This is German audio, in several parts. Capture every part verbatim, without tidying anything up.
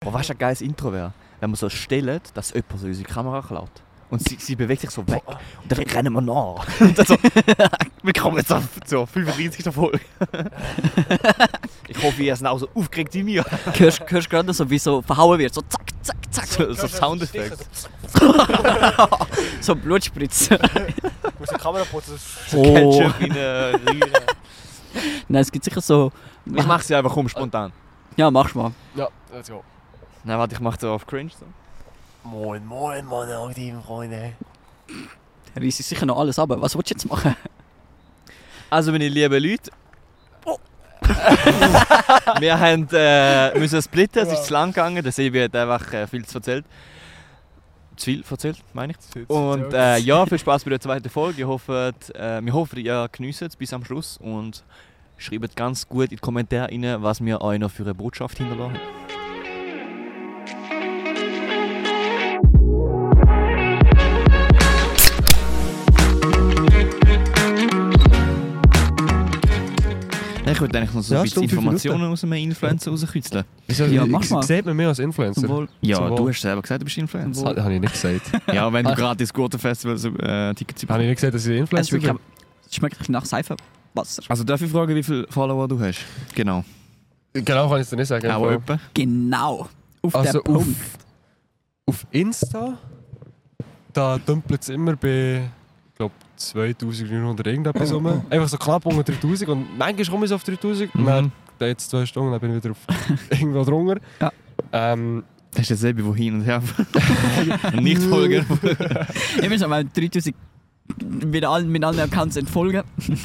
Oh, weißt du, ein geiles Intro wäre? Wenn man so stellt, dass jemand so unsere Kamera klaut. Und sie, sie bewegt sich so weg. Und dann rennen wir nach. Und dann so, wir kommen jetzt auf zur fünfunddreißigsten Folge. Ich hoffe, ihr seid auch so aufgeregt wie mir. Hörst du gerade so, wie so verhauen wird? So zack, zack, zack. So, so Soundeffekte. So Blutspritze. Du musst die Kamera putzen. So Ketchup in eine Rühre. Nein, es gibt sicher so... Ich mach sie einfach um, spontan. Ja, mach's mal. Ja, let's go. Nein, warte, ich mach so auf Cringe. So. Moin, moin, meine aktiven Freunde. Er reißt sicher noch alles ab. Was willst du jetzt machen? Also, meine lieben Leute. Oh. Wir haben, äh, müssen splitten, es ist zu lang gegangen. Der Sebi hat einfach äh, viel zu erzählt. Zu viel erzählt, meine ich. Und äh, ja, viel Spaß bei der zweiten Folge. Ich hoffe, äh, wir hoffen, ihr genießt es bis am Schluss und schreibt ganz gut in die Kommentare rein, was wir euch noch für eine Botschaft hinterlassen. Ich würde eigentlich noch so Ja, ein bisschen stimmt, Informationen aus einem Influencer rauskitzeln. Wieso, Ja, mach mal. Sieht man mehr als Influencer? Zum Wohl. Ja, Zum Wohl. du hast selber gesagt, du bist Influencer. Das habe ich nicht gesagt. Ja, wenn du gerade ins gute Festival so, äh, Tickets Habe ich nicht gesagt, dass ich Es Influencer bin? schmeckt wirklich nach Seifenwasser. Also darf ich fragen, wie viele Follower du hast? Genau. Genau, kann ich es dir nicht sagen. Auch Einfach. etwa? Genau. Auf Also den auf, Punkt. auf Insta, da dümpelt es immer bei, ich glaube, zweitausendneunhundert irgendetwas rum. Einfach so knapp unter dreitausend und manchmal komme ich so auf dreitausend und dann da jetzt zwei Stunden, dann bin ich wieder auf irgendwo drunter. Ja. Ähm, Das ist der Sebi, der hin und her und nicht folgen. Ich muss mal dreitausend mit allen, mit allen Accounts entfolgen.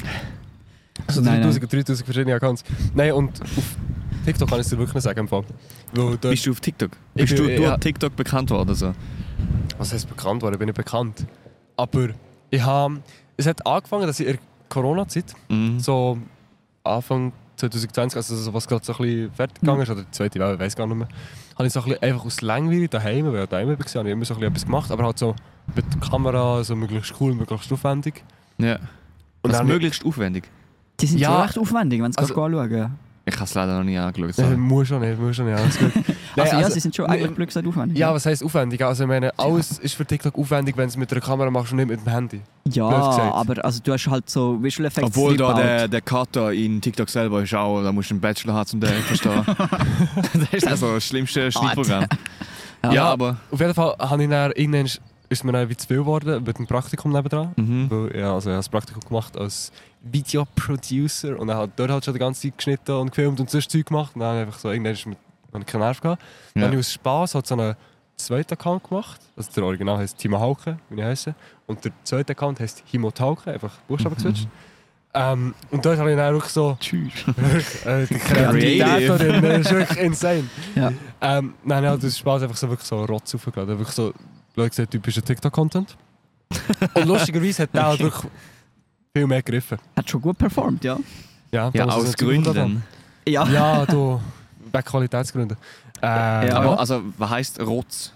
Also Nein, dreitausend und dreitausend verschiedene Accounts. Nein, und auf TikTok kann ich es dir wirklich nicht sagen. Im Fall. Weil dort, Bist du auf TikTok? Ich Bist du bin- durch ja. TikTok bekannt worden? So? was heisst bekannt worden? Ich bin nicht bekannt. Aber ich habe... Es hat angefangen, dass ich in der Corona-Zeit, Mhm. so Anfang zwanzig zwanzig, also so, was gerade so ein bisschen fertig gegangen ist, oder die zweite Welle, ich weiß gar nicht mehr, habe ich so ein bisschen einfach aus Langweile daheim, weil ich daheim war, habe ich immer so ein bisschen etwas gemacht, aber halt so mit der Kamera so möglichst cool, möglichst aufwendig. Ja. Und Und das dann- möglichst aufwendig. Die sind Ja. schon recht aufwendig, wenn du es Also- anschauen. Ich habe es leider noch nie angeschaut. Nein, So. muss schon nicht, muss schon nicht, alles gut. Nein, Also, ja, also- sie sind schon nee, eigentlich blöd gesagt aufwendig. Ja, was heisst aufwendig? Also ich meine, alles ist für TikTok aufwendig, wenn du es mit der Kamera machst und nicht mit dem Handy. Ja, blöd gesagt. aber also, du hast halt so Visual Effects Obwohl da drin der, gebaut. der Cutter in TikTok selber ist auch, da musst du einen Bachelor haben, um den zu verstehen. Das ist also das schlimmste Schnittprogramm. Ja. Ja, aber... Auf jeden Fall habe ich dann, irgendwann ist mir dann wie zu viel geworden mit dem Praktikum nebendran. Mhm. Weil, ja, also ich habe das Praktikum gemacht als Videoproducer und dann hat dort halt schon die ganze Zeit geschnitten und gefilmt und sonst Zeug gemacht. Und dann einfach so, irgendwann ist mit, habe ich keinen Nerv gehabt. Dann Ja. habe ich aus Spass halt so einen zweiten Account gemacht. Also der Original heisst Timo Hauke, wie ich heisse. Und der zweite Account heisst Himo Tauke, einfach Buchstaben geswitcht. Ähm, und dort habe ich dann wirklich so... Tschüss. wirklich, äh, die Kreativität Creative. darin, das ist wirklich insane. Ja. Ähm, nein, nein, das Spaß einfach so wirklich so Rotz aufgeladen. Wirklich so, blöd gesagt, typischer TikTok-Content. Und lustigerweise hat der halt wirklich viel mehr gegriffen. Hat schon gut performt, ja. Ja, Ja, da muss ich aus nicht zugeben. Gründen. Ja. Ja, du, wegen Qualitätsgründen. Äh, Ja. Aber also, was heisst Rotz?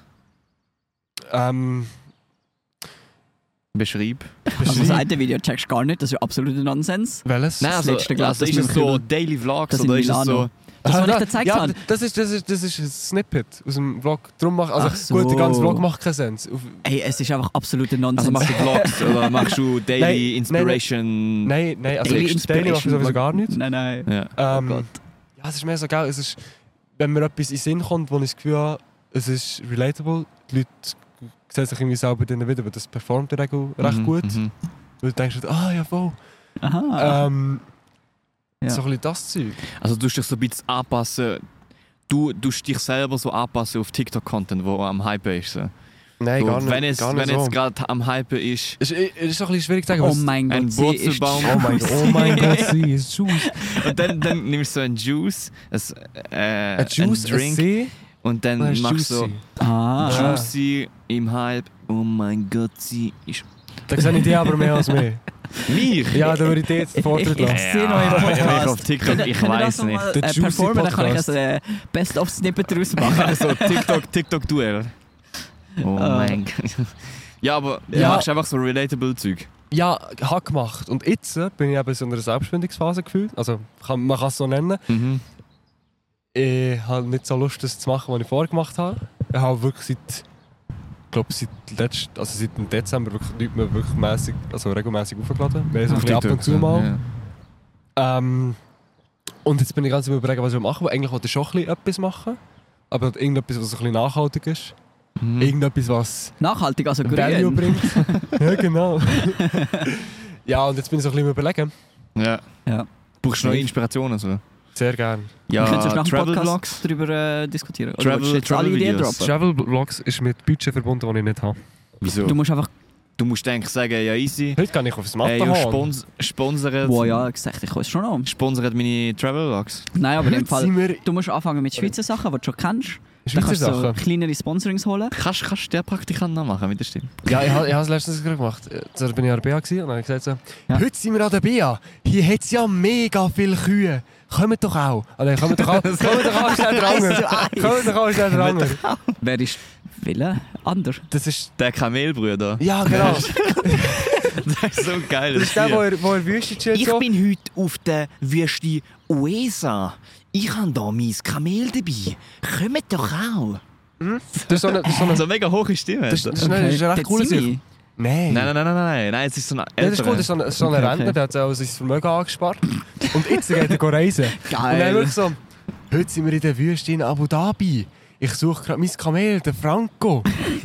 Ähm, Beschreib. Also das eine Video checkst du gar nicht, das ist ja absoluter Nonsens. welches? Nein, also, letzte Glas, also das ist mit es dem so Kübel. Daily Vlogs Das in oder ist es Milano. so... Das, was Ah, ich dir da- gezeigt ja, habe. das ist, das, ist, das ist ein Snippet aus dem Vlog. Darum mach, also Ach so. gut, der ganze Vlog macht keinen Sinn. Auf, Ey, es ist einfach absoluter Nonsens. Also machst du Vlogs oder machst du Daily Nein, nein, Inspiration? nein, nein, also Daily Daily, Daily mache ich sowieso gar nicht. Nein, nein. Ja. Ähm, Oh Gott. Ja, es ist mehr so geil. Es ist, wenn mir etwas in den Sinn kommt, wo ich das Gefühl habe, es ist relatable, die Leute sehen sich irgendwie selber drin wieder, weil das performt in der Regel recht Mhm, gut. mhm. Weil du denkst, ah ja voll. Aha. Ähm, Ja. So ein bisschen das Zeug. Also du tust dich so ein bisschen anpassen. Du tust dich selber so anpassen auf TikTok-Content, der am Hype ist. So. Nein, So, gar nicht. wenn es, gar nicht wenn so. es gerade am Hype ist, Es ist, es ist auch ein bisschen schwierig zu sagen. Oh was- mein ein Gott, sie ist Wurzelbaum. Oh mein Gott, oh mein Gott, sie ist Juice. und dann, dann nimmst du so einen Juice, ein, äh, Ein Juice, einen Drink ein See, und dann ein machst du so Juicy. Ah. Ja. Juicy im Hype. Oh mein Gott, sie ist... Da sehe ich dich aber mehr als mich. Mir? Ja, da würde ich dich jetzt Ich, Vortritt ich, ich lassen. sehe noch im Ja, Podcast. ich auf TikTok, Können- ich können wir weiss das noch mal, Der äh, Juicy performen, dann kann ich Podcast. ein äh, Best-of-Snippet daraus machen. so TikTok, TikTok-Duell. Oh Ah. mein Gott. Ja, aber du Ja. machst einfach so relatable Zeug. Ja, habe gemacht. Und jetzt äh, bin ich eben so in einer Selbstfindungsphase gefühlt. Also kann, man kann es so nennen. Mhm. ich habe nicht so Lust, das zu machen, was ich vorher gemacht habe. Ich habe wirklich seit, ich glaube, seit, letzt, also seit dem Dezember wirklich nicht mehr wirklich mässig, also regelmäßig aufgeladen. Wir haben so ein bisschen ab und zu mal. Ja. Ähm, und jetzt bin ich ganz am überlegen, was ich machen will. Eigentlich wollte ich schon ein bisschen etwas machen, aber irgendetwas, was so ein bisschen nachhaltig ist. Mhm. Irgendetwas, was nachhaltig, also Value bringt. Ja, genau. Ja, und jetzt bin ich so ein bisschen am überlegen. Ja. ja. Brauchst du noch Inspirationen? Also? Sehr gerne. Ja, wir können nach dem Podcast darüber äh, diskutieren. Oder Travel, jetzt alle Ideen droppen? Travel Vlogs ist mit Budget verbunden, das ich nicht habe. Wieso? Du musst einfach... Du musst eigentlich sagen, ja easy. Heute kann ich aufs Mathe haben. Spons sponsert... Wow, ja, gesagt, ich weiß schon noch. Sponsert meine Travel Vlogs. Nein, aber in dem Fall... Du musst anfangen mit Schweizer Sachen, die du schon kennst. Dann kannst du so kleinere Sponsorings holen. Kannst du den Praktikant noch machen, wie das stimmt? Ja, ich habe es letztens gerade gemacht. Da bin ich an der B A und dann habe ich gesagt so, ja. Heute sind wir an der B A. Hier hat es ja mega viele Kühe. Kommt doch auch. Also, kommt doch auch. Kommt doch auch schnell dran. Kommt doch auch schnell dran. Wer ist welcher? Ander? Das ist der Kamelbrüder. Ja, genau. Das ist so geil. Das ist der, der in der Wüste chillt. Ich so. bin heute auf der Wüste Uesa. Ich habe hier mein Kamel dabei. Kommt doch auch. Mhm. Das ist so eine, das ist so eine so mega hohe Stimme. Das, das, okay. das ist eine recht coole Sache. Nein. Nein, nein, nein, nein, nein. Nein, es ist so ein älterer. Das ist cool, das ist so ein, so ein okay, Rentner, okay. Der hat auch sein Vermögen angespart. Und jetzt geht er reisen. Geil. Und dann wirklich so, heute sind wir in der Wüste in Abu Dhabi. Ich suche gerade mein Kamel, den Franco.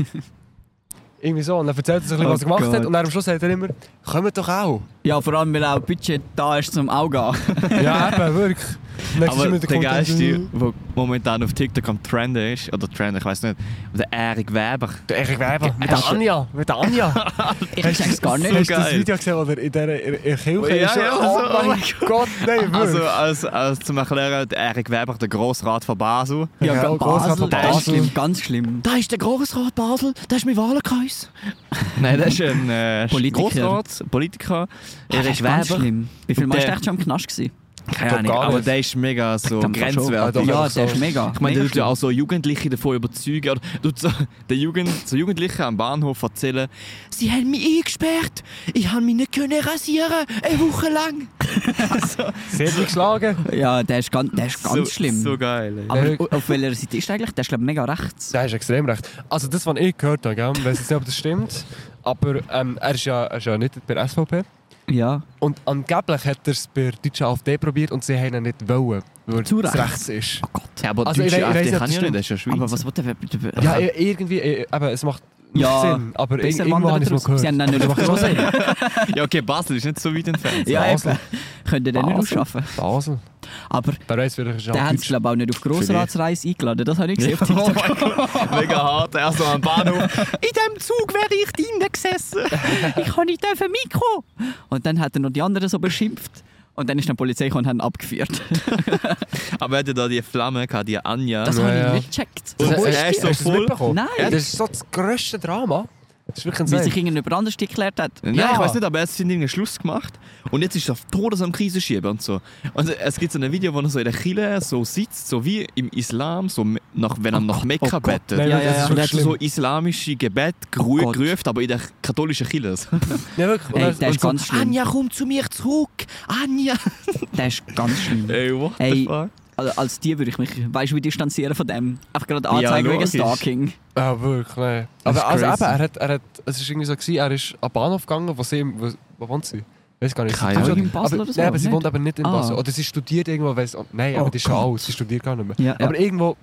Irgendwie so. Und dann erzählt er sich, was er gemacht oh hat. Und dann am Schluss sagt er immer, kommt doch auch. Ja, vor allem, weil auch Budget da ist zum Auge. Ja, eben, wirklich. Aber der, der geilste, der momentan auf TikTok am Trend ist, oder Trend, ich weiß nicht, der Erik Weber. Der Erik Weber, mit der Anja. Mit der Anja. Ich check's gar nicht. So hast du das Video gesehen, oder in der Kirche oh, ja, ja, oh also, mein oh Gott, nein, wirklich. Also, als, als zum Erklären, der Erik Weber, der Grossrat von Basel. Ja, ja Basel, Grossrat von Basel. Ist schlimm, ganz schlimm. Da ist der Grossrat Basel, das ist mein Wahlenkreis. Nein, das ist ein äh, Politiker. Grossrat, Politiker. Erik Weber. Ganz schlimm. Wie viel Mal warst du schon im Knast gewesen? Keine Ahnung, aber der ist mega so grenzwertig. Ja, der ist mega. Ich meine, der tut ja auch so Jugendliche davon überzeugen. Oder tut so den Jugend, so Jugendlichen am Bahnhof erzählen, sie haben mich eingesperrt, ich konnte mich nicht rasieren, eine Woche lang. So. Sie hat mich geschlagen. Ja, der ist ganz, der ist ganz so, schlimm. So geil. Ey. Aber auf welcher Seite ist der eigentlich? Der ist glaube ich mega rechts. Der ist extrem rechts. Also das, was ich gehört habe, ich weiß nicht, ob das stimmt, aber ähm, er, ist ja, er ist ja nicht bei der S V P. Ja. Und angeblich hat er es bei der deutschen AfD probiert und sie haben ihn nicht wollen, weil Zu es rechts ist. Oh Gott. Ja, aber also, deutsche ich, AfD ich kann ja nicht, das ist ja Schweiz. Aber was wird der... Ja, irgendwie, aber es macht nicht ja, Sinn. Aber irgendwo habe ich es mal gehört. Sie haben dann nicht auf Sinn. Ja, okay, Basel ist nicht so weit entfernt. Ja, Basel. Könnt ihr den nicht ausschaffen? Basel. Aber der weiss, vielleicht der haben sie glaube auch nicht auf Grossratsreise eingeladen, das habe ich gesehen auf TikTok. Oh mega hart, er so am Bahnhof. In diesem Zug wäre ich drinnen gesessen. Ich kann nicht auf ein Mikro. Und dann hat er noch die anderen so beschimpft. Und dann ist dann die Polizei und hat ihn abgeführt. Aber er hatte da die Flamme, die Anja. Das ja, habe ich ja. nicht gecheckt. Das, das, das, er ist so voll. Nein. Das ist so das grösste Drama. Das ist wirklich Wie sich irgendjemand anders geklärt hat. Nein, ja. Ich weiß nicht, aber er hat einen Schluss gemacht. Und jetzt ist er auf Todes am Krise schieben und so. Und es gibt so ein Video, wo er so in der Kirche so sitzt, so wie im Islam, so nach, wenn er oh nach Gott, Mekka oh bettet. Nein, ja, ja, ja. Und er hat so islamische Gebet geru- oh gerufen, aber in der katholischen Kirche. Ja, wirklich. Ey, der ist so, ganz schlimm. Anja, komm zu mir zurück! Anja! Der ist ganz schlimm. Ey, what Ey, the fuck? Also als die würde ich mich, weißt du, wie distanzieren von dem. Einfach gerade anzeigen ja, wegen Stalking. Ja, wirklich, nein. Aber also eben, er hat, er hat, es ist irgendwie so gewesen, er ist an den Bahnhof gegangen, wo sie, wo, wo wohnt sie? Weiß gar nicht. Keine Ahnung. In Basel aber, oder so? Nein, aber sie nicht? wohnt aber nicht in ah. Basel. Oder sie studiert irgendwo, weiss, oh, nein, aber oh die ist schon alt, sie studiert gar nicht mehr. Ja, ja. Aber irgendwo,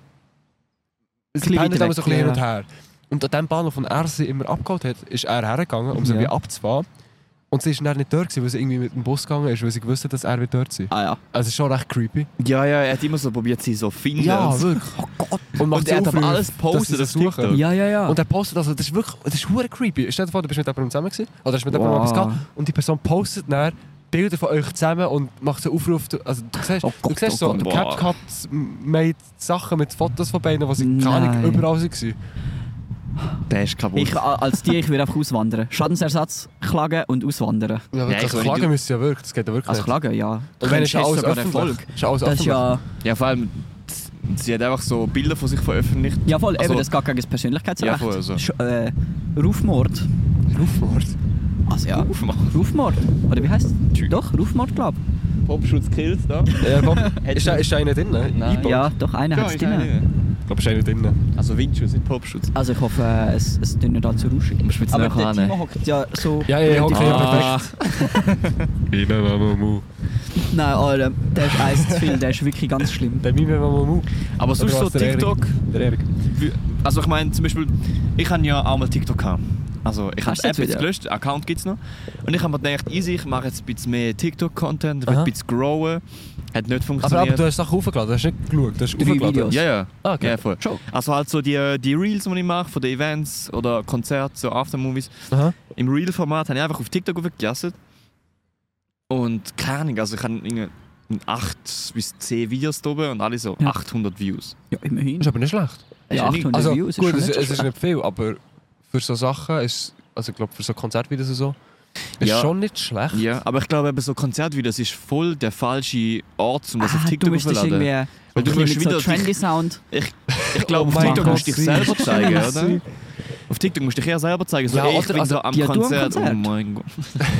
sie pendelt immer so ein bisschen ja. hin und her. Und an dem Bahnhof, wo er sie immer abgeholt hat, ist er hergegangen, um sie ja. wieder abzufahren. Und sie ist dann nicht dort, weil sie irgendwie mit dem Bus gegangen ist, weil sie gewusst hat, dass er wieder dort ist. Ah ja. Also es ist schon recht creepy. Ja, ja, er hat immer so probiert, sie so finden. Ja, wirklich. Oh Gott. Und, und er hat aber alles postet, das TikTok. Ja, ja, ja. Und er postet, also das ist wirklich, das ist verdammt creepy. Stell dir vor, du bist mit jemandem zusammen gewesen, oder hast mit wow. jemandem etwas gehabt, und die Person postet dann Bilder von euch zusammen und macht so einen Aufruf. Also du siehst, oh Gott, du siehst oh so, Gott. CapCut made Sachen mit Fotos von beiden, die sie gar nicht überall waren. Der ist kaputt. Ich, als die, ich würde einfach auswandern. Schadensersatz, klagen und auswandern. Ja, wirklich, ja, also klagen müssen ja wirklich, das geht ja wirklich also nicht. klagen, ja. Und wenn ist alles öffentlich. Ist alles das ist ja... Ja, vor allem, sie hat einfach so Bilder von sich veröffentlicht. Ja voll, also, eben, das geht gegen das Persönlichkeitsrecht. Ja, voll, also. Sch- äh, Rufmord. Rufmord? Also ja, Rufmord? Rufmord. Oder wie heisst es? Doch, Rufmord, glaube ich. Popschutz-Kills da. Ja, komm. Ist da, ist da einer drin? Nein. Ja, doch, einer hat es Ja, drin. Ich glaube, ist einer drin. Also Windschutz, nicht Popschutz. Also ich hoffe, äh, es, es tut nicht allzu rauschig. Musst du jetzt Aber nachher der annehmen. Timo hockt ja so... Ja, ja, okay, Ah. perfekt. Mime Mamamu. Nein, Alter, der ist eins zu viel, der ist wirklich ganz schlimm. Der Mime Mamamu. Aber sonst Oder so was, der TikTok... Der Erik. Wie- Also ich meine zum Beispiel, ich habe ja auch mal TikTok gehabt. Also ich habe Hast die du App jetzt jetzt wieder? gelöscht, Account gibt es noch. Und ich habe mir gedacht, easy, ich mache jetzt ein bisschen mehr TikTok-Content, will Aha. ein bisschen growen. Hat nicht Aber, funktioniert. aber du hast Sachen hochgeladen, du hast nicht geschaut, du hast Drei hochgeladen. Videos. ja, ja. Ah, okay. Ja, voll. Schon. Also halt so die, die Reels, die ich mache, von den Events oder Konzerten, so Aftermovies. Aha. Im Reel-Format habe ich einfach auf TikTok aufgelassen. Und keine Ahnung, also ich habe irgendwie acht bis zehn Videos da oben und alle so Ja. achthundert Views. Ja, immerhin. Das ist aber nicht schlecht. Ist Ja, ja nicht- achthundert Also Views ist gut, schon es, nicht so es ist schlecht. nicht viel, aber für so Sachen ist, also ich glaube für so Konzertvideos und so, ist Ja. schon nicht schlecht. Ja, aber ich glaube, eben so Konzertvideos ist voll der falsche Ort, um das auf Ah, du TikTok musst dich aufzuladen. irgendwie... Weil du ein musst bisschen mit so wieder trendy Sound. Ich glaube, Oh auf mein TikTok Gott, musst du dich sie- selber zeigen, sie- oder? Auf TikTok musst du dich eher selber zeigen. So, Ja, ey, ich oder- bin also- da am Ja, du am Konzert. Konzert. Oh mein Gott.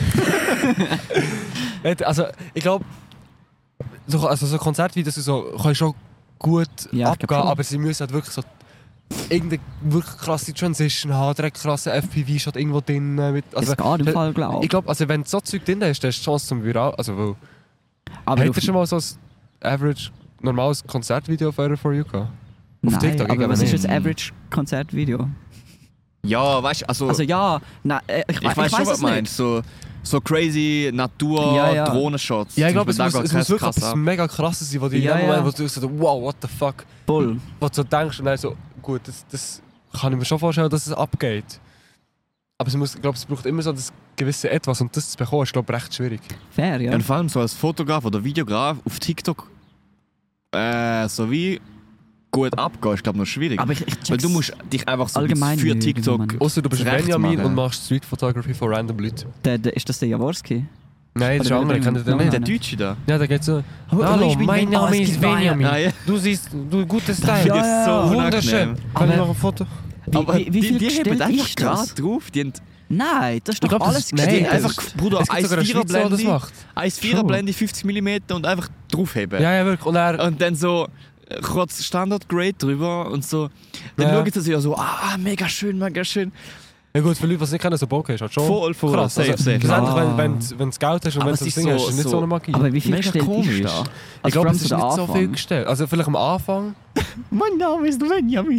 Nicht- Also ich glaube, so, also so Konzertvideos und so können schon gut Ja, ich glaub abgehen, schon. aber sie müssen halt wirklich so irgendeine wirklich krasse Transition haben, direkt krasse F P V-Shot irgendwo drin. Mit, also, Es geht im Fall, glaube ich glaube, also wenn so Zeug drin ist, dann hast du die Chance zum Viral. Also, weil, Aber habt auf, ihr schon mal so ein average, normales Konzertvideo auf Error for You gehabt? Auf nein, TikTok? Ich aber glaube was ist nicht. jetzt Average Konzertvideo? Ja, weißt du, also, Also ja, nein, äh, ich, ich weiß schon, weiss was es du meinst. So, so crazy Natur, Ja, ja. Drohnenshots. Ja, ich Zum glaube, es Beispiel, muss, da es geht muss wirklich krass etwas ab. mega krasses sein, wo du Ja, in dem ja. Moment, wo du so, wow, what the fuck, Voll. wo du so denkst und dann so, gut, das, das kann ich mir schon vorstellen, dass es abgeht. Aber es muss, ich glaube, es braucht immer so das gewisse Etwas und das zu bekommen, ist, glaube ich, recht schwierig. Fair, ja. Ja, und vor allem so als Fotograf oder Videograf auf TikTok äh, so wie gut abgehen, ist glaube ich noch schwierig. Aber ich, ich Weil du check's musst dich einfach so allgemein für nicht TikTok... irgendwann. Außer du bist Zurecht Benjamin machen. und machst Street Photography von random Leuten. Der, der, ist das der Jaworski? Nein, das ist Oder andere, der kennt ihr den Benjamin? nicht? Der Deutsche da. Ja, der geht so, Hallo, hallo, ich bin mein Ben- Name Oh, es ist gibt Benjamin. Benjamin. Ah, ja. Du siehst, du gutes Das Style. ist so unangenehm. Wunderschön. Kann Aber- ich noch ein Foto? Wie, Aber wie, wie die, viel die haben gestellt einfach ist das? gerade drauf. Die haben, Nein, das ist Ich doch glaub, das alles ist- nein, die haben gestellt. das einfach, ist- Bruder, Es gibt eins sogar eine Vierer Schweizer, die das Blende, macht. eins Vierer Schon. Blende, fünfzig Millimeter und einfach draufheben. Ja, ja, wirklich. Und er, Und dann so äh, kurz Standard-Grade drüber und so. Dann Ja. schauen sie sich ja so, ah, mega schön, mega schön. ja gut, für Leute, die es nicht kennen, so Bokeh ist halt schon Voll, voll, krass. safe, also, safe. Schlussendlich, Ja. wenn, wenn, wenn du Geld hast und Aber wenn es du das ist Ding so- hast, ist es nicht so- so eine Magie. Aber wie viel Mega gestellt komisch. ist da? ich Also glaube, vor allem es ist so der nicht so viel Anfang. gestellt. Also vielleicht am Anfang. Mein Name ist Benjamin.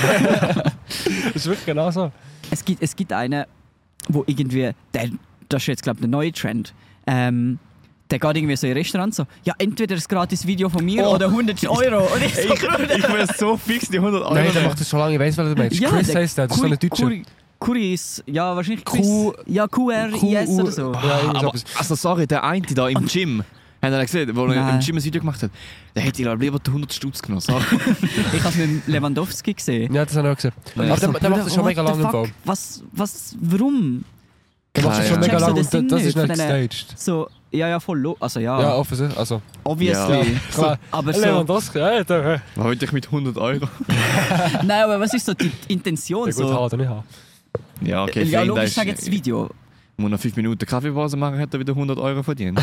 Das ist wirklich genau so. Es gibt, es gibt einen, wo irgendwie, der, das ist jetzt glaube ich der neue Trend, ähm, der geht irgendwie so in Restaurants so, ja entweder ein gratis Video von mir Oh. oder hundert Euro. Und ich so, Ich, ich will so fix die hundert Euro. Nein, der nehmen. macht das schon lange. Ich weiss, was du meinst. Chris der heisst der, das ist so ein Kuri- Deutscher. Kuri- Kuris, ja wahrscheinlich Chris. Q- ja, Q R I S Q- oder so. Ja, irgendwie Aber, so etwas. also sorry, der eine da im Gym, habt ihr gesehen, wo er Nein. im Gym ein Video gemacht hat, der hätte glaube lieber die hundert Stutz genommen. Sorry. Ich habe es mit Lewandowski gesehen. Ja, das habe ich auch gesehen. Ja. Aber Ich der, so, der macht das schon Bruder, mega what lange the im Fall. fuck? Was, was, warum? Der macht das Ja, schon ja. mega Checkst du lange das und das Ding ist nicht nicht von denen- gestaged. So, ja, ja, voll lo also ja, Ja, offensichtlich. Also, obviously. Ja. klar. Aber so, Lewandowski, ja, der Was wollte ich mit hundert Euro? nein, aber was ist so die Intention? der gut So, haben oder nicht haben. Ja, okay, ja, für ihn, logisch, der ich sage jetzt das Video. Muss noch fünf Minuten Kaffeepause machen, hat er wieder hundert Euro verdient.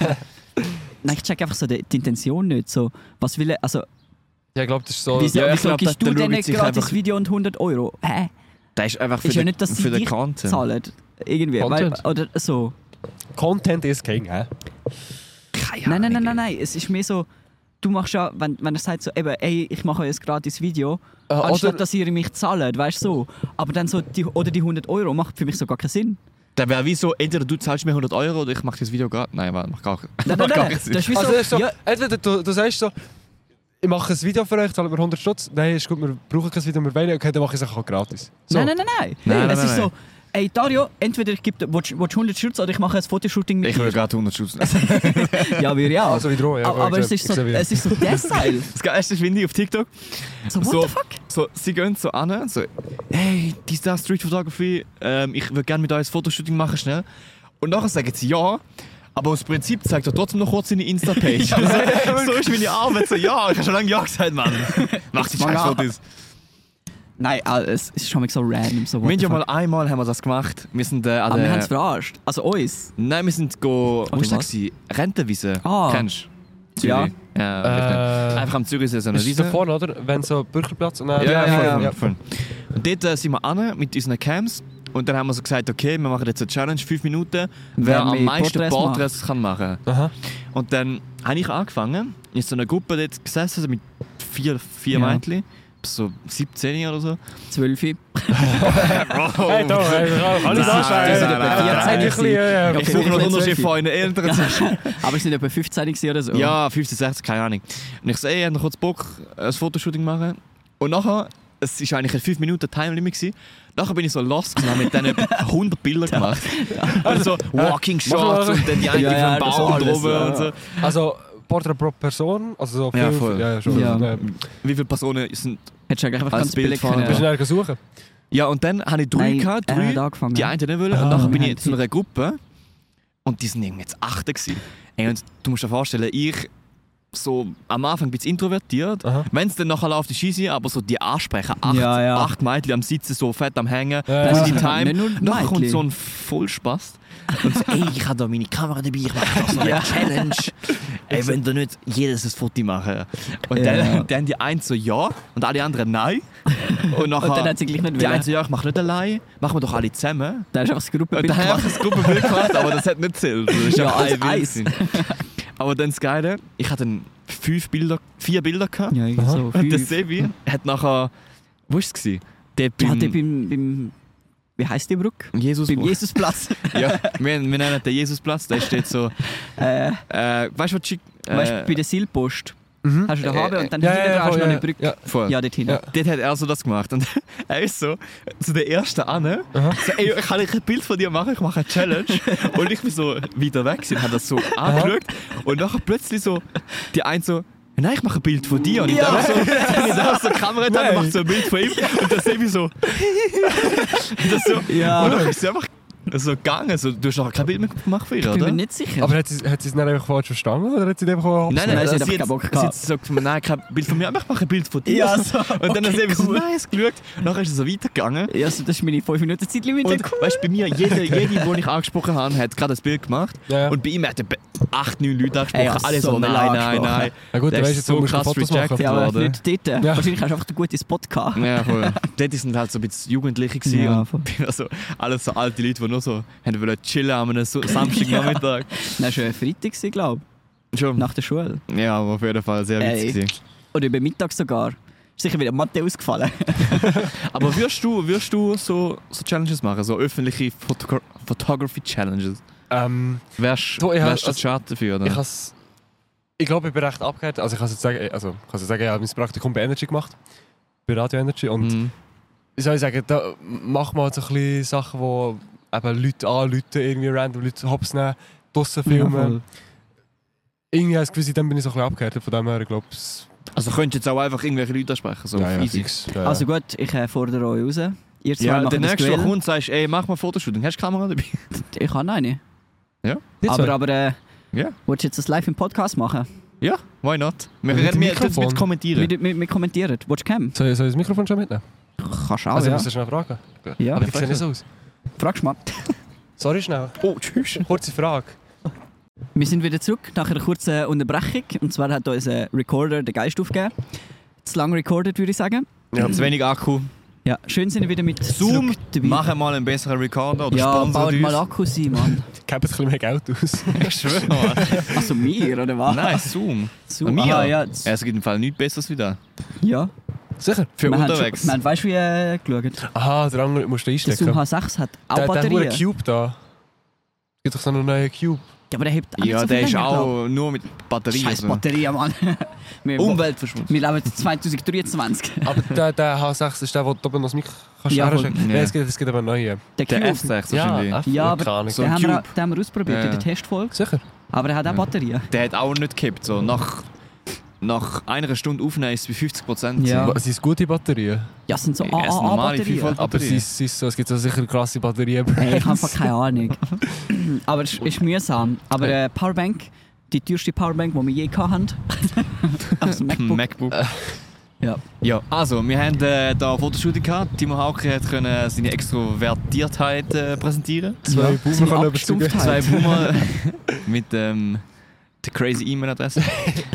Nein, ich check einfach so die, die Intention nicht. So, was will er, also, Ja, ich glaube, das ist so... wieso, ja, ich wieso glaub, gibst der- du der denen schaut sich gratis einfach- Video und hundert Euro? Hä? Der ist einfach für Ist ja den, nicht, dass für sie den dich Content. zahlen. Irgendwie, weil, Content? oder so. Content is king, hä? Keine Nein, nein, nein, Ahnung, nein, nein. Es ist mehr so, du machst ja, wenn, wenn er sagt so, eben, ey, ich mache euch ein gratis Video, Äh, anstatt oder- dass ihr mich zahlt, weißt du so. Aber dann so, die, oder die hundert Euro macht für mich so gar keinen Sinn. Der wäre wie so, entweder du zahlst mir hundert Euro oder ich mache das Video gerade. Nein, warte, macht gar, Nein, macht nein, gar nein, keinen Sinn. das ist wie Also, so, das ist so ja, entweder du, du sagst so, ich mache ein Video für euch, zahlt mir hundert Stutz. Nein, ist gut, wir brauchen kein Video, wir wollen, okay, dann mache ich es auch gratis. So. nein, nein, nein, nein. Nein, es nein, ist nein, so, ey Dario, entweder ich gebe dir, willst, willst du hundert Schutz oder ich mache ein Fotoshooting mit Ich will dir. gerade hundert Stutz. Ja, wir ja. Also wie drohen, ja. aber aber es ist so, es ist so der Style. Das Geilste finde ich auf TikTok. So, what So, the fuck? so, sie gehen so an, so, hey, dies, das, Street Photography, ähm, ich würde gerne mit euch ein Fotoshooting machen, schnell. Und nachher sagen sie ja, aber aus Prinzip zeigt er trotzdem noch kurz seine Insta-Page. Also, so ist meine Arbeit, so, ja, ich habe schon lange ja gesagt, Mann. Mach die Fang scheiß an. Fotos. Nein, also, es ist schon mal so random. So, Wir haben ja mal einmal haben wir das gemacht. Wir sind äh, an Aber wir haben der... es verarscht. Also uns. Nein, wir sind go... Oder Was war was? das? Rentenwiese. Ah. Kennst du? Ja. Zürich. Ja. Äh, Einfach am Zürichsee so eine ist es Wiese. da vorne, oder? Wenn so Bürgerplatz und dann... Ja, ja, ja. voll, ja. voll. Und dort äh, sind wir an mit unseren Cams. Und dann haben wir so gesagt, okay, wir machen jetzt eine Challenge, fünf Minuten, wer am mehr meisten Porträts Porträts kann machen. Aha. Und dann habe ich angefangen, in so einer Gruppe dort gesessen, so mit vier, vier Ja. Mädchen, so siebzehn oder so. zwölf. Hey, doch, hey, kann ich das Nein, sagen? nein, nein, nein, Ein Ja, Ich okay, suche noch vielleicht Unterschied zwölf. von euren Eltern. Aber es sind etwa fünfzehn gewesen oder so. Ja, fünfzehn, sechzehn, keine Ahnung. Und ich so, ey, ich habe noch kurz Bock, ein Fotoshooting machen. Und nachher, es war eigentlich ein fünf Minuten Timelimit gewesen. Nachher bin ich so lost und habe mit denen etwa hundert Bilder gemacht. Also Walking Shots und dann die eine Ja, ja, vom das Baum alles, drüber ja. und so. Also, Portrait pro Person? Also so Ja, viel- voll. Ja, schon. Ja. Ja. Wie viele Personen sind... Hättest du eigentlich einfach Als ganz Bild billig von- können. Bist du Ja. nirgends suchen? Ja, und dann hatte ich drei, Nein, gehabt, er hat drei angefangen. die einen nicht wollen. Ah, Und nachher bin wir ich haben zu einer Gruppe und die sind irgendwie jetzt acht gewesen. Ey, und du musst dir vorstellen, ich so am Anfang ein bisschen introvertiert. Aha. Wenn es dann nachher läuft, ist easy, aber so die ansprechen, acht, Ja, ja. acht Mädchen am Sitzen, so fett am Hängen, Ja, all ja. die Nicht Time. nur Nachher kommt Mädchen. so ein Vollspaß und so, ey, ich habe da meine Kamera dabei, ich mache da so eine Challenge. Ey, wenn da nicht jedes ein Foto machen. Und Ja. dann, dann die einen so ja und alle anderen nein. Und, nachher, Und dann hat sie gleich nicht die einen wollen. so, ja, ich mache nicht allein, machen wir doch alle zusammen. Dann hast du einfach das Und Gruppenbild dann habe ich gemacht. das Gruppenbild gemacht, aber das hat nicht zählt. Das ist Ja, ja als ein Bild Eis. gewesen. Aber dann das Geile, ich hatte dann fünf Bilder, vier Bilder gehabt. Ja, Aha. so Und der fünf. Sebi hat nachher, wo war es? gewesen? Der Ja, beim der beim, beim... Wie heisst die Brücke? Jesus. Beim Jesusplatz. Ja, wir, wir nennen den Jesusplatz, der steht so. äh, Äh, weißt du, was schick. Äh, weißt du, bei der Seilpost Mhm. hast du den Habe äh, und dann ja, hinten ja, dran hast du voll, noch eine ja, Brücke. ja. voll. Ja, dort hinten. Ja. Dort hat er so das gemacht. Und er ist so zu der ersten an. Aha. So, ey, kann ich ein Bild von dir machen? Ich mache eine Challenge. Und ich bin so weiter weg und habe das so angeschaut. Und nachher plötzlich so, die eine so, nein, ich mache ein Bild von dir. Und ich Ja. darf so, ich darf so die Kamera haben und mache so ein Bild von ihm. Und dann sehe ich so. und das so. Ja. Und dann ist sie einfach so gegangen. So, du hast noch kein Bild mehr gemacht von ihr, Ich bin oder? mir nicht sicher. Aber hat sie, hat sie es nicht einfach falsch verstanden oder hat sie einfach auch Nein, nein, Nein, sie hat sie einfach keinen Bock sie gehabt. hat so gesagt, nein, kein Bild von mir, aber ich mache ein Bild von dir. Ja, so. Und dann Okay, okay, habe ich so cool. nice geschaut. Und dann ist es so weitergegangen. Ja, also das ist meine fünf Minuten Zeitlimit. Und weißt du, bei mir, jede, jede, die ich angesprochen habe, hat gerade ein Bild gemacht. Ja, ja. Und bei ihm hat er acht, neun Leute angesprochen. Ey, ja, Alle so so, viele nein, nein, angesprochen. nein. Na gut, Der du weißt ist jetzt, so du musst krass Fotos machen. rejected. Ja, aber worden. nicht dort. Ja. Wahrscheinlich hast du einfach einen guten Spot gehabt. Ja, voll. Dort sind halt so ein bisschen Jugendliche gewesen Ja, und voll. bin also alles so alte Leute, die nur so haben wollen chillen an einem so- Samstagnachmittag. Das war ein Freitag, glaube Schon. ich, nach der Schule. Ja, aber auf jeden Fall sehr Ey. witzig. gewesen. Oder über Mittag sogar. Ist sicher wieder Mathe ausgefallen. Aber würdest du, würdest du so, so Challenges machen, so öffentliche Photogra Photography Challenges? Ähm, Wärst Du, ich du hab- wärst du also- Schad dafür, oder? ich has, ich glaube, ich bin recht abgehört. Also ich kann jetzt sagen, also, ich kann jetzt sagen, ich habe mein Praktikum bei Energy gemacht. Bei Radio Energy. Und Mhm. ich soll sagen, da macht man halt so ein bisschen Sachen, wo eben Leute anrufen, irgendwie random Leute hops nehmen, draussen filmen. Irgendwie habe ich das Gefühl, dann bin ich so ein bisschen abgehört. Von dem her, ich glaube, es... Also könntest du jetzt auch einfach irgendwelche Leute ansprechen, so ja, auf ja, easy. fix. Ja, ja. Also gut, ich äh, fordere euch raus. Ihr zwei Ja, der machen das nächste, der Duell. kommt und sagst, ey, mach mal Fotoshooting, hast du die Kamera dabei? Ich habe eine. Ja. Die zwei? Aber, aber äh, Ja. willst du jetzt das live im Podcast machen? Ja, why not? Wir Mit werden wir Mikrofon? mit kommentieren. Wir, wir, wir kommentieren. Willst du Cam? Soll ich, soll ich das Mikrofon schon mitnehmen? Kannst du auch, Also, ja. musst du schnell fragen. Ja. Aber ich sehe nicht so aus. Fragst mal. Sorry, schnell. Oh, tschüss. Kurze Frage. Wir sind wieder zurück nach einer kurzen Unterbrechung. Und zwar hat uns ein Recorder den Geist aufgegeben. Zu lang recorded, würde ich sagen. Ja, zu wenig Akku. Ja, schön sind wir wieder mit Zoom, zurück dabei. mach mal einen besseren Recorder oder Ja, sponsor baut uns. mal Akku sein, Mann. Gebt ein bisschen mehr Geld aus. Ich schwöre mal. Also mir, oder was? Nein, Zoom. Zoom. Mir? Aha, ja. Ja, es gibt im Fall nichts Besseres wie das. ja. Sicher? Für wir unterwegs. Haben schon, wir haben, weißt du, wie äh, geschaut? Aha, der andere musst du Der einstecken. Zoom H sechs hat auch Der, der Batterien. hure Cube da. Es gibt doch so einen neuen Cube. Ja, aber der hebt auch nicht Ja, so der viel ist länger, glaub auch nur mit ich. Batterie. Scheiß also. Batterie, Mann. wir, Umweltverschmutzung. wir leben zwanzig dreiundzwanzig. Aber der, der H sechs ist der, wo du oben noch das Mikro kannst Ja, herstecken. voll. Nein, Ja. es gibt, es gibt aber einen neuen. Der Der Cube. F sechs Ja, wahrscheinlich. F- Ja, aber keine Ahnung. so den, ein haben wir, Cube. den haben wir ausprobiert Ja, in der ja. Testfolge. Sicher? Aber er hat auch Ja. Batterien. Der hat auch nicht gekippt. So. Nach, nach einer Stunde Aufnehmen ist es bei fünfzig Prozent. Ja. Es sind gute Batterien. Ja, es sind so Ja, es sind normale fünf A A-Batterien. Volt- Aber Batterien. es, ist, es, ist so, es gibt so sicher krasse Batterien. Hey, ich habe einfach keine Ahnung. Aber es ist mühsam. Aber äh, Powerbank, die teuerste Powerbank, die wir je hatten. Aus dem MacBook. MacBook. Ja. Ja, also, wir haben äh, da ein Fotoshooting gehabt. Timo Hauke hat können seine Extrovertiertheit äh, präsentieren. Zwei Ja, Boomer seine können überzeugen. Abgestumpftheit. Zwei Boomer mit ähm, der crazy E-Mail-Adresse.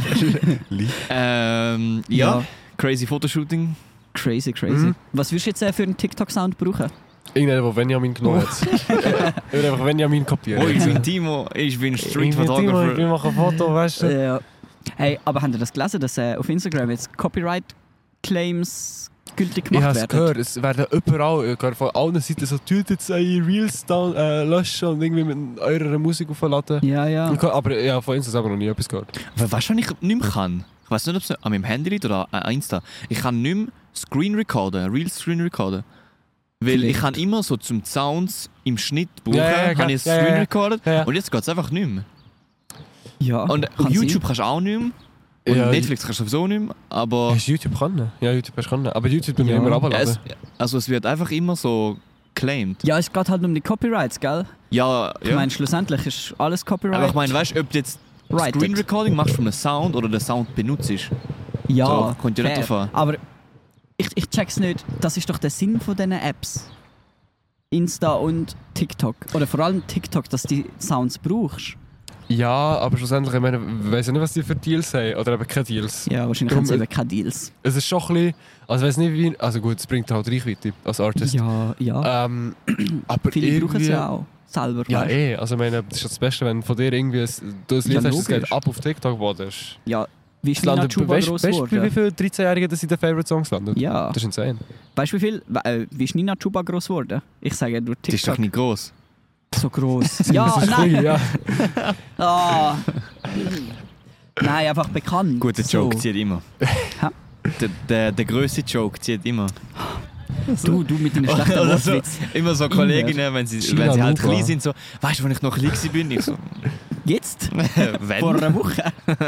ähm, ja, Ja. crazy Fotoshooting. Crazy, crazy. Mhm. Was würdest du jetzt äh, für einen TikTok-Sound brauchen? Irgendeiner, der Benjamin genommen hat. Er wird einfach Benjamin kopieren. Oh, ich bin Timo, ich bin Street Ich bin Timo, Photographer. wir machen ein Foto, weißt du? Ja. Hey, aber habt ihr das gelesen, dass äh, auf Instagram jetzt Copyright-Claims gültig Ich gemacht habe es werden? gehört, es werden überall, ich habe von allen Seiten so «Tut jetzt eure Reels down, äh, löschen und irgendwie mit eurer Musik aufladen». Ja, ja. Ich kann- Aber ich habe von Insta selber noch nie etwas gehört. Aber weißt du, was ich nicht mehr kann? Ich weiß nicht, ob es an meinem Handy liegt oder an Insta. Ich kann nicht mehr Screen recorden, Real Screen recorden. Weil Vielleicht. ich kann immer so zum Sounds im Schnitt brauchen, Ja, ja, ja, habe ich ja, Screen ja, ja. recorded Ja, ja. und jetzt geht es einfach nicht mehr. Ja, Und kann YouTube sein. kannst du auch nicht mehr. Und Ja, Netflix kannst du sowieso nicht mehr. Aber Hast du YouTube können? Ja, YouTube hast du können. Aber YouTube tun wir Ja. immer ja, runterladen. es, also es wird einfach immer so claimed. Ja, es geht halt um die Copyrights, gell? Ja, Ich ja. meine, schlussendlich ist alles Copyright. Aber ich meine, weißt du, ob du jetzt Righted. Screen Recording machst von einem Sound oder den Sound benutzt? ja, so, kommt ja nicht fair. drauf an. Aber ich, ich check's nicht. Das ist doch der Sinn von diesen Apps. Insta und TikTok. Oder vor allem TikTok, dass du die Sounds brauchst. Ja, aber schlussendlich, ich meine, ich weiss nicht, was die für Deals haben. Oder eben keine Deals. Ja, wahrscheinlich Darum- haben sie eben keine Deals. Es ist schon ein bisschen... Also ich weiss nicht wie... Also gut, es bringt halt Reichweite als Artist. Ja, ja. Ähm, aber Viele brauchen es irgendwie- ja auch. Selber. Ja, weißt du? eh. Also ich meine, das ist ja das Beste, wenn von dir irgendwie ein, du ein Lied Ja, hast, das logisch. geht ab auf TikTok, wo das ist. Ja, wie ist Das Nina landet, Chuba weißt groß weißt du, wie geworden? viele dreizehn-Jährige das in den Favorite Songs landen? Ja. Das ist insane. Weißt du, wie viel? Äh, wie ist Nina Chuba groß geworden? Ich sage durch Das ist doch TikTok. nicht groß. So groß. ja, Das ist nein. klein, ja. Ah. Nein, einfach bekannt. Gut, der so. Joke zieht immer. Ha? Der, der, der grösste Joke zieht immer. Du, du mit deinen schlechten Oder so, Wortwitz. immer so Kolleginnen, wenn sie, China wenn sie halt Lupa. klein sind, so, weißt du, wenn ich noch klein war, bin ich so, Jetzt? wenn? Vor einer Woche?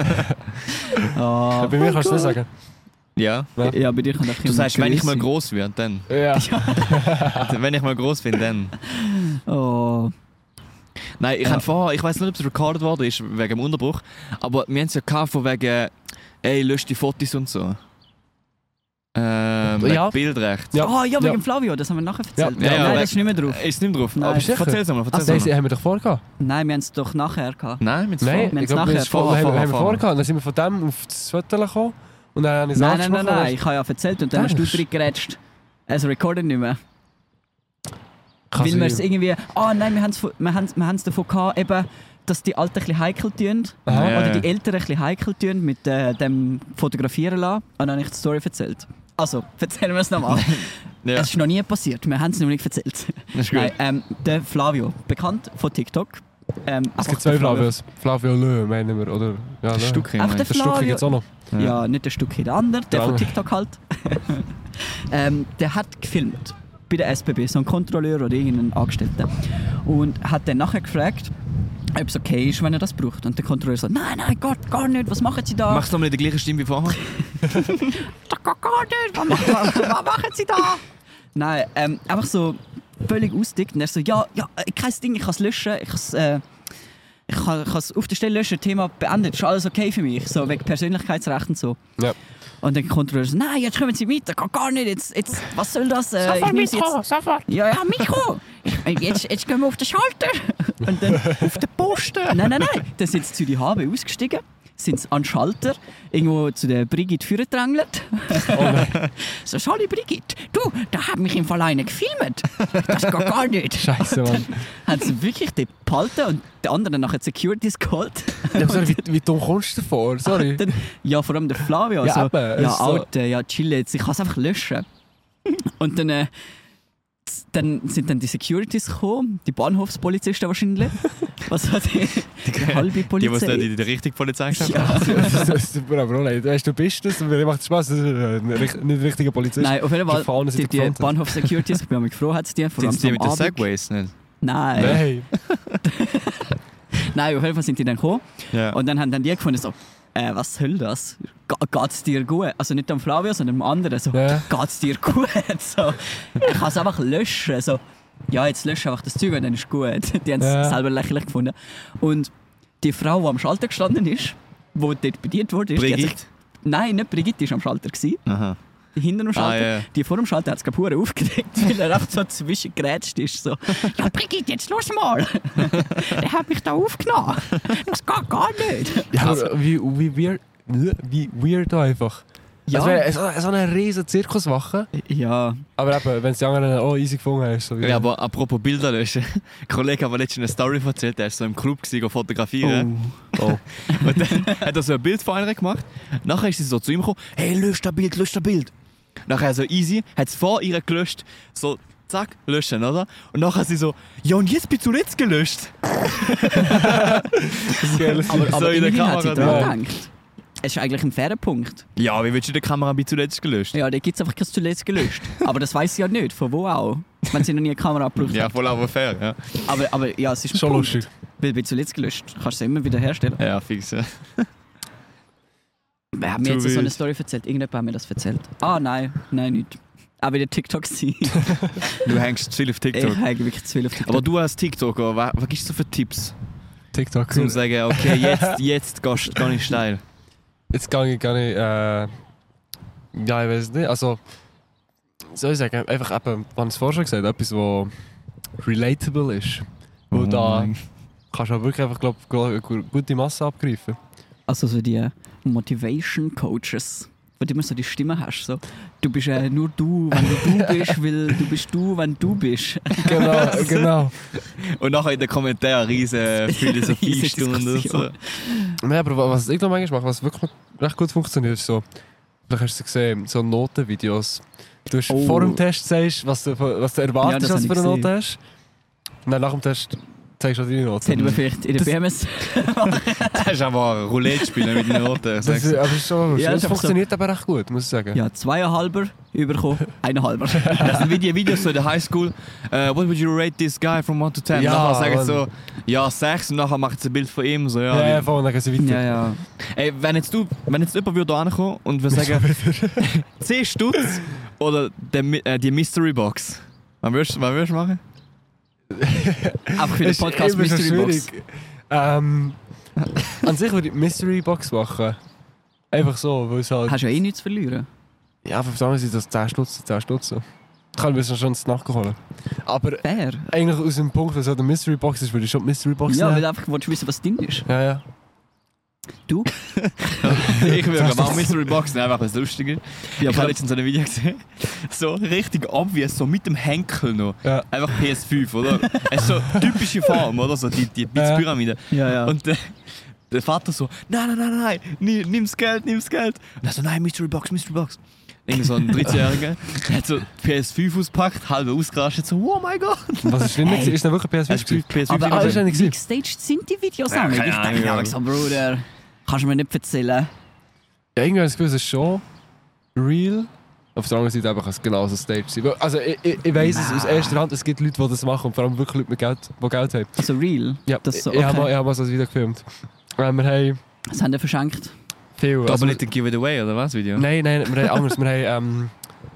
Ah, Bei mir kannst du das sagen. Ja. ja, bei dir kann Du sagst, wenn ich mal groß werde, dann. Ja. Wenn ich mal groß bin, dann. Oh. Nein, ich Ja. habe vorher, ich weiß nicht, ob es recorded worden ist, wegen dem Unterbruch, aber wir haben es ja gehabt von wegen, ey, lösch die Fotos und so. Ähm, Ja. wegen Bildrecht. Ja. Ah, ja, wegen Ja. Flavio, das haben wir nachher erzählt. Ja, ja, Nein, ja, das ist nicht mehr drauf. Ist nicht mehr drauf. Nein. Aber Bist du sicher? erzähl's mal, Ach, erzähl's das mal. haben wir doch vorgehabt. Nein, wir haben es doch nachher gehabt. Nein, mit Nein, Wir ich haben's glaube, wir nachher haben vorher, vorher, haben wir vorher. vorgehabt. Dann sind wir von dem auf das Foto gekommen und dann habe ich es Nein, nein, nein, angesprochen. nein, ich habe ja erzählt und dann hast du Denkst du? drin gerätscht. Also recorden nicht mehr. Kann Weil wir es sein. irgendwie... Ah nein, wir haben es wir haben's- wir haben's davon gehabt, eben, dass die Alten ein bisschen heikel tun. Aha. Ja. Oder die Älteren ein bisschen heikel tun mit äh, dem Fotografieren lassen. Und dann habe ich die Story erzählt. Also, erzählen wir es nochmal. Ja, Es ist noch nie passiert, wir haben es noch nicht erzählt. das ist gut. Nein, ähm, der Flavio, bekannt von TikTok. Ähm, Es einfach gibt zwei der Flavio. Flavios. Flavio Lö, meinen wir, oder? Ja, Das Lö. Stück Einfach der Das Stück gibt es auch noch. Ja, nicht der Stückchen, der andere, der Der von andere. TikTok halt. ähm, der hat gefilmt bei der S B B, so ein Kontrolleur oder irgendein Angestellter. Und hat dann nachher gefragt, ob es okay ist, wenn er das braucht. Und der Kontrolleur sagt, nein, nein, Gott, gar nicht, was machen Sie da? Machst du nochmal die gleiche Stimme wie vorher? Das geht gar nicht, was machen, was machen Sie da? Nein, ähm, einfach so völlig ausdickt. Und er so, ja, ja, äh, kein Ding, ich kann es löschen, ich kann es äh, ich kann, ich kann es auf der Stelle löschen, Thema beendet, ist alles okay für mich, so wegen Persönlichkeitsrecht und so. Ja. Und dann Kontrolleur so, nein, jetzt kommen Sie weiter, geht gar nicht, jetzt, jetzt, was soll das? Äh, ich nehm's jetzt. sofort. Ja, ja, Mikro! Ich, äh, jetzt, jetzt gehen wir auf den Schalter! Und dann auf den Posten! Nein, nein, nein! Dann sind sie zu die H B ausgestiegen, sind sie an den Schalter, irgendwo zu der Brigitte vorgedrängelt. So, sorry Brigitte, du, da hat mich im Fall einer gefilmt. Das geht gar nicht. Scheiße, Mann. Haben sie wirklich den behalten und der andere nachher die Securities geholt. Ja, sorry, wie, wie dumm kommst du davor? Sorry. Dann, ja, vor allem der Flavio. Ja, Also, eben, es ja, ist so- Alter, ja, chill jetzt, ich kann es einfach löschen. Und dann, äh, z- dann sind dann die Securities gekommen, die Bahnhofspolizisten wahrscheinlich. Was hat die, die halbe Die, die Polizei? die, die richtige Polizei gesagt Ja. Das ist super, aber auch leid. Weißt du, du bist das, mir macht Spaß, das ist ein richt- nicht richtiger Polizist. Nein, auf jeden Fall, Die Fahne sind die, die gefrontet. Bahnhof-Securities, ich bin mich froh, hat es die. Vor allem Sind die so mit am den Abend. Segways nicht? Nein. Nein. Nein, auf jeden Fall sind die dann gekommen. Ja. Und dann haben dann die gefunden, so, äh, was soll das? Ge- Geht's dir gut? Also nicht am Flavio, sondern am anderen. So, Ja. geht's dir gut? So, ich kann es einfach löschen. So, ja, jetzt lösche einfach das Zeug und dann ist gut. Die haben es Ja. selber lächerlich gefunden. Und die Frau, die am Schalter gestanden ist, die dort bedient wurde, ist, die hat sich, Brigitte? Nein, nicht Brigitte war am Schalter. Gewesen. Aha. Die hinter dem Schalter. Ah, yeah. Die vor dem Schalter hat es gerade aufgeregt, weil er einfach so zwischengrätscht ist. So, ja Brigitte, jetzt los mal! Der hat mich da aufgenommen. Das geht gar nicht. Ja, aber wie, wie, weird, wie weird einfach. Ja. Es wäre so, so eine riesen Zirkuswache. Ja. Aber eben, wenn es die anderen auch easy gefunden haben. So Ja, aber apropos Bilder löschen. Ein Kollege hat mir letztens eine Story erzählt, der war so im Club gewesen, fotografieren. Oh. Oh. Und dann hat er so ein Bild von einer gemacht. Nachher ist sie so zu ihm gekommen, hey, lösch das Bild, lösch das Bild. Nachher so easy, hat es vor ihr gelöscht, so zack, löschen, oder? Und nachher sie so, ja und jetzt bin ich zuletzt gelöscht. Aber, So aber in der immerhin hat sie Kamera, daran gedacht. Es ist eigentlich ein fairer Punkt. Ja, wie willst du die Kamera bei zuletzt gelöscht? Ja, da gibt es einfach kein zuletzt gelöscht. Aber das weiß sie ja nicht, von wo auch. Wenn sie noch nie eine Kamera gebraucht Ja, hat. voll aber fair, ja. Aber, aber ja, es ist ein Schon Punkt. lustig. Weil bei zuletzt gelöscht kannst du sie immer wieder herstellen. Ja, fix, ja. Wer hat mir Zu jetzt so eine wild. Story erzählt? Irgendjemand hat mir das erzählt. Ah, nein, nein, nicht. Auch wieder TikTok sein. Du hängst zu viel auf Ich TikTok. hänge wirklich zu viel auf TikTok. Aber du als TikToker, was, was gibst du für Tipps? TikTok. Um zu sagen, okay, jetzt, jetzt gehst du gar nicht steil. Jetzt gehe ich gar nicht. Äh, ja, ich weiß nicht. Also, soll ich sagen, einfach eben, man hat es vorher schon gesagt, etwas, was relatable ist. Weil da kannst du auch wirklich einfach, glaub, eine gute Masse abgreifen. Also so die Motivation Coaches, wo du immer so die Stimme hast. So, du bist äh, nur du, wenn du du bist, weil du bist du, wenn du bist. Genau, genau. Und nachher in den Kommentaren riesen Philosophiestunde und so. Diskussion. Nein, aber was ich noch manchmal mache, was wirklich recht gut funktioniert, ist so, vielleicht hast du es gesehen, so Notenvideos. Du hast Oh. vor dem Test sagst, was du, was du Ja, erwartest, das was du habe für eine ich Note hast. Und dann nach dem Test zeigst du auch deine Das hätten Note. wir vielleicht in der Das- B M S. Das ist aber Roulette spielen mit den Noten. Das, ist, aber das, ist schon, Ja, das ist einfach so. funktioniert aber recht gut, muss ich sagen. Ja, zweieinhalber überkommen, eineinhalber. Das sind wie die Videos so in der Highschool. Uh, what would you rate this guy from one to ten? Ja, nachher sagen sie Mann. so, ja, sechs und nachher macht sie ein Bild von ihm. So, ja, Ja, ja, wie- voll, dann gehen sie weiter. Ja, ja. Ey, wenn jetzt, du, wenn jetzt jemand würde ankommen und würde sagen, zehn Stutz oder der, Mi- äh, die Mystery Box. Was würdest was würdest du machen? Einfach für den Ist Podcast immer so Mystery Box. schwierig. Ähm, an sich würde ich die Mystery Box machen. Einfach so, weil es halt... Hast du ja eh nichts zu verlieren. Ja, auf der anderen Seite das zehn Stutz, zehn Stutz. So. Ich kann mir schon ins Nachholen. Aber Fair. eigentlich aus dem Punkt, dass es eine Mystery Box ist, würde ich schon die Mystery Box Ja, weil nehmen. du einfach willst wissen, was drin ist. Ja, ja. Du? Ich würde aber auch Mystery Box nehmen, einfach was Lustiges. Ja, Ich aber habe letztens so ein Video gesehen, so richtig obvious, so mit dem Henkel noch. Ja. Einfach P S fünf, oder? Es ist so typische Form, oder? So die, die Ja. Pyramide. Ja, ja. Und der, der Vater so, nein, nein, nein, nein, ni- nimm's Geld, nimm's Geld. Und er so, nein, Mystery Box, Mystery Box. Irgend so ein dreizehnjähriger, der hat so P S fünf ausgepackt, halb ausgerastet, so, oh mein Gott. Was ist drin? Hey. Ist denn wirklich P S Es fünf? ist P S fünf. aber Ah, aber ist ja nicht wie gewesen. gestaged sind die Videos Ja, auch nicht? keine Ich Ahnung, denke ja. ja. so, Bruder, kannst du mir nicht erzählen. Ja, irgendwie habe ich das Gefühl, es ist schon real. Auf der anderen Seite einfach kann es genauso Stage sein. Weil- Also ich, ich, ich weiss es aus erster Hand, es gibt Leute, die das machen und vor allem wirklich Leute, mit Geld, die Geld haben. Also real? Ja, Das ist so, ich, ich habe okay. mal, ich habe mal so ein Video gefilmt. Äh, wir haben Das haben die verschenkt. viel... Double also- it and give it away, oder was, Video? Nein, nein, wir haben anders. Wir haben ähm,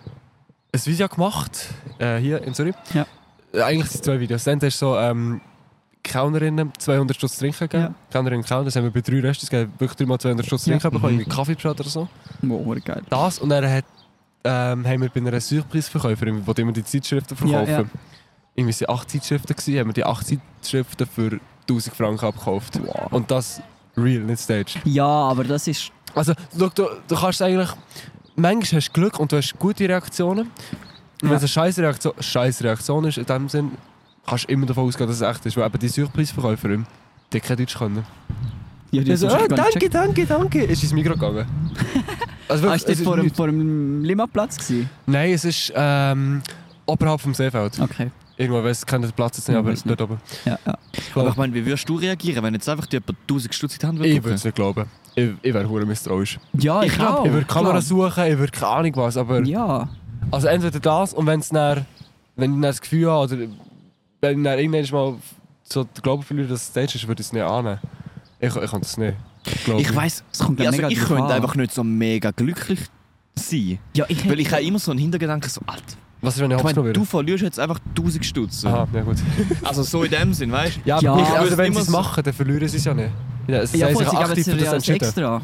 ein Video gemacht, äh, hier in Zürich. Ja. Äh, eigentlich sind es zwei Videos. Dann hast du so ähm, Kellnerinnen zweihundert Stutz trinken gegeben. Ja. Kellnerinnen und Kellner, das haben wir bei drei Restaurants gegeben, wirklich dreimal zweihundert Stutz Ja. trinken bekommen, Mhm. irgendwie Kaffee bestellt oder so. Wow, geil. Das und dann hat, ähm, haben wir bei einer Surprise-Verkäuferin, die immer die Zeitschriften verkaufen. Ja, ja. Irgendwie waren acht Zeitschriften, gewesen, haben wir die acht Zeitschriften für tausend Franken abgekauft. Wow. Und das real, nicht staged. Ja, aber das ist... Also, du, du, du kannst eigentlich. Manchmal hast du Glück und du hast gute Reaktionen. Und wenn Ja. es eine scheiß Reaktion, scheiß Reaktion ist, in dem Sinn, kannst du immer davon ausgehen, dass es echt ist. Weil eben die Surprise-Verkäuferin, die kein Deutsch können. Ja, die Die so, hast du oh, gar nicht danke, gecheckt. danke, danke. Ist ins Mikro gegangen. Also, Ah, wirklich, ist das es ist vor dem, nichts. vor dem Limaplatz gewesen? Nein, es ist ähm, oberhalb vom Seefeld. Okay. Irgendwo, ich weiß keinen Platz jetzt nicht, Ja, aber weiss dort oben. Ja, ja. Aber ich meine, wie würdest du reagieren, wenn jetzt einfach jemand tausend Stutz in die Hand Ich würde würde es nicht glauben. Ich, ich wäre hure misstrauisch. Ja, ich, Ich glaub, auch. ich würde Kamera klar. suchen, ich würde keine Ahnung was, aber... Ja. Also entweder das und wenn's dann, wenn ich dann das Gefühl habe, oder wenn ich dann irgendwann mal so den Glauben verliere, dass es Stage ist, würde ich es nicht annehmen. Ich, ich kann das nicht. Glaub Ich weiss, Es kommt ja also mega ich drauf könnte an. einfach nicht so mega glücklich sein. Ja, ich Weil ich habe immer so einen Hintergedanken, so, Alter, Was ist, wenn ich ich Hops meine, genommen du werde? verlierst jetzt einfach tausend Stutz. so. Aha, ja gut. Also so in dem Sinn, weißt du? Ja, Ja, aber ich, ich also wüsste wenn immer sie es so- machen, dann verlieren sie es ja nicht. Ja, es Ja, haben voll, sich sie geben aktiv es für ja das als entschieden. extra.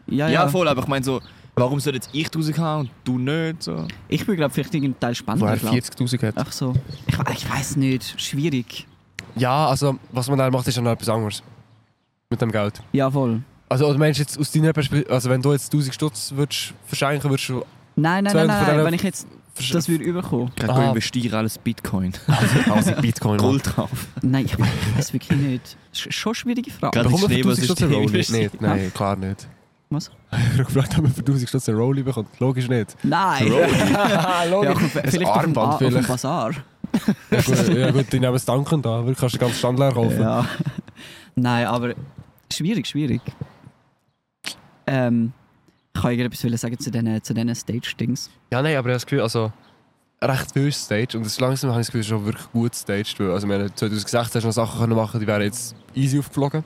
Ja, Ja, ja. voll, aber ich meine so, warum soll jetzt ich tausend haben und du nicht? So. Ich bin, glaube ich, vielleicht irgendein Teil spannender. Woher glaub. vierzigtausend hat. Ach so. Ich, ich weiß nicht. Schwierig. Ja, also was man dann macht, ist ja noch etwas anderes. Mit dem Geld. Ja, voll. Also oder meinst du jetzt aus deiner Perspektive, also wenn du jetzt tausend Stutz würdest verschenken, würdest du... Nein, nein, nein, zweihundert nein, von nein. denen Wenn ich jetzt versch- das würde überkommen. Ich Aha. investiere alles Bitcoin. Also, also Bitcoin. Gold drauf. Nein, ich weiß wirklich nicht. Das ist schon eine schwierige Frage. Gerade Bekommt man für Schnee, was tausend ist Stutz einen die Rolli? Investition? Nicht, nein, klar nicht. Was? Ich habe gefragt, ob man für tausend Stutz einen Rolli bekommt. Logisch nicht. Nein! Ja, Logisch. auf, Ein vielleicht auf dem, Armband Ba- auf dem vielleicht. Bazar. Ja gut, ja, gut, die nehmen es danken da. Du kannst den ganzen Stand leer kaufen. Ja. Nein, aber schwierig, schwierig. Ähm, ich kann irgendetwas sagen zu diesen zu diesen Stage-Dings. Ja, nein, aber ich habe das Gefühl, also recht viel Stage und das langsam habe ich das Gefühl, es ist schon wirklich gut gestaged. Weil, also wir haben zwanzig sechzehn noch Sachen können machen, die wären jetzt easy aufgeflogen.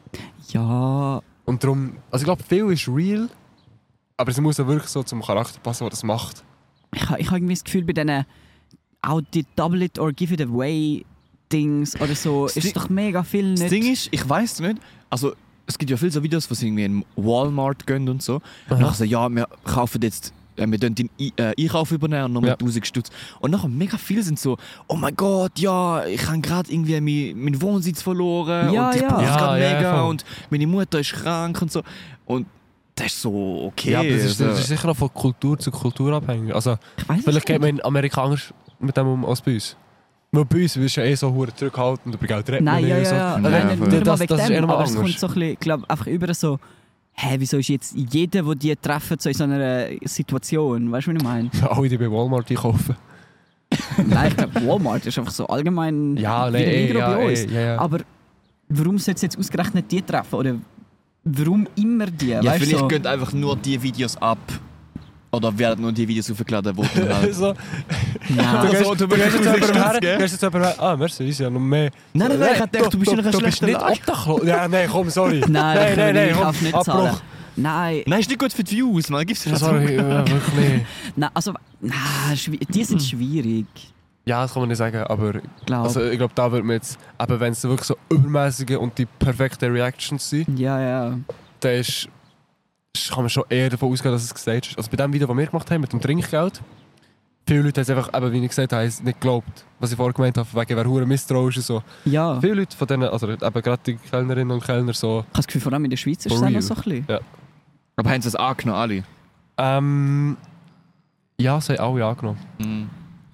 Ja, Und darum, also ich glaube, viel ist real, aber es muss auch wirklich so zum Charakter passen, der das macht. ich, ha- ich habe irgendwie das Gefühl, bei diesen auch die Double it or give it away Dings oder so, Das ist Ding- doch mega viel Das nicht. Ding ist, ich weiß nicht, also es gibt ja viele so Videos, wo sie irgendwie in Walmart gehen und so. Und Aha. dann so, ja, wir kaufen jetzt, äh, wir den I- äh, Einkauf übernehmen und nochmal Ja. tausend Stutz. Und nachher mega viele sind so, oh mein Gott, ja, ich habe gerade irgendwie meinen mein Wohnsitz verloren Ja, und ich ja. brauche Ja, gerade ja, mega voll. und meine Mutter ist krank und so. Und das ist so okay. Ja, aber das ist, also, das ist sicher auch von Kultur zu Kultur abhängig. Also Ich weiß vielleicht geht nicht. man in Amerika anders mit dem um als bei uns. Weil bei uns ist ja eh so hure zurückhaltend, über Geld reden. Nein, wir ja, nicht ja, so. ja. Nein, Nein, voll. nicht nur Das- wegen das ist dem, eher noch mal aber es anders. kommt so ein bisschen, glaub, einfach über so, hä, wieso ist jetzt jeder, der die treffen, so in so einer Situation? Weißt du, was ich meine? Alle, die bei Walmart einkaufen. Nein, ich glaube, Walmart ist einfach so allgemein Ja, wie nein, der eh, Migros ja, bei uns. eh, ja, ja. Aber warum soll es jetzt ausgerechnet die treffen? Oder warum immer die? ja, weißt, vielleicht so, gehen einfach nur die Videos ab. Oder werden nur die Videos aufgeladen, wo du halt... so, nein. du gehst, so, du du gehst willst jetzt tausend jemandem her, Stutz, gell? du gehst jetzt jemandem her, ah, merci, ist ja noch mehr. Nein, nein, nein, ich hab gedacht, du bist in einer du bist schlechten nicht Lage. obdachlos. Ja, nein, komm, sorry. Nein, nein, nein, nein, ich komm, darf nicht Abbruch. zahlen. Nein, Nein, ist nicht gut für die Views, man. Gib's dir Sorry, ja, wirklich nicht. nein, also, nein, schwi- die Hm. sind schwierig, Ja, das kann man nicht sagen, aber glaube also, ich glaube, da wird man jetzt, eben wenn es wirklich so übermäßige und die perfekten Reactions sind, Ja, ja. dann ist, ist- kann man schon eher davon ausgehen, dass es gestaged ist. Also bei dem Video, das wir gemacht haben, mit dem Trinkgeld, viele Leute haben es einfach, eben, wie ich gesagt habe, haben es nicht geglaubt, was ich vorher gemeint habe, wegen wer hure misstrauisch und so. Ja, ich Viele Leute von denen, also eben gerade die Kellnerinnen und Kellner so, habe das Gefühl, vor allem in der Schweiz ist es For auch noch real. so ein bisschen. Aber haben sie es angenommen, alle? ähm, ja, sie haben alle angenommen. Mhm.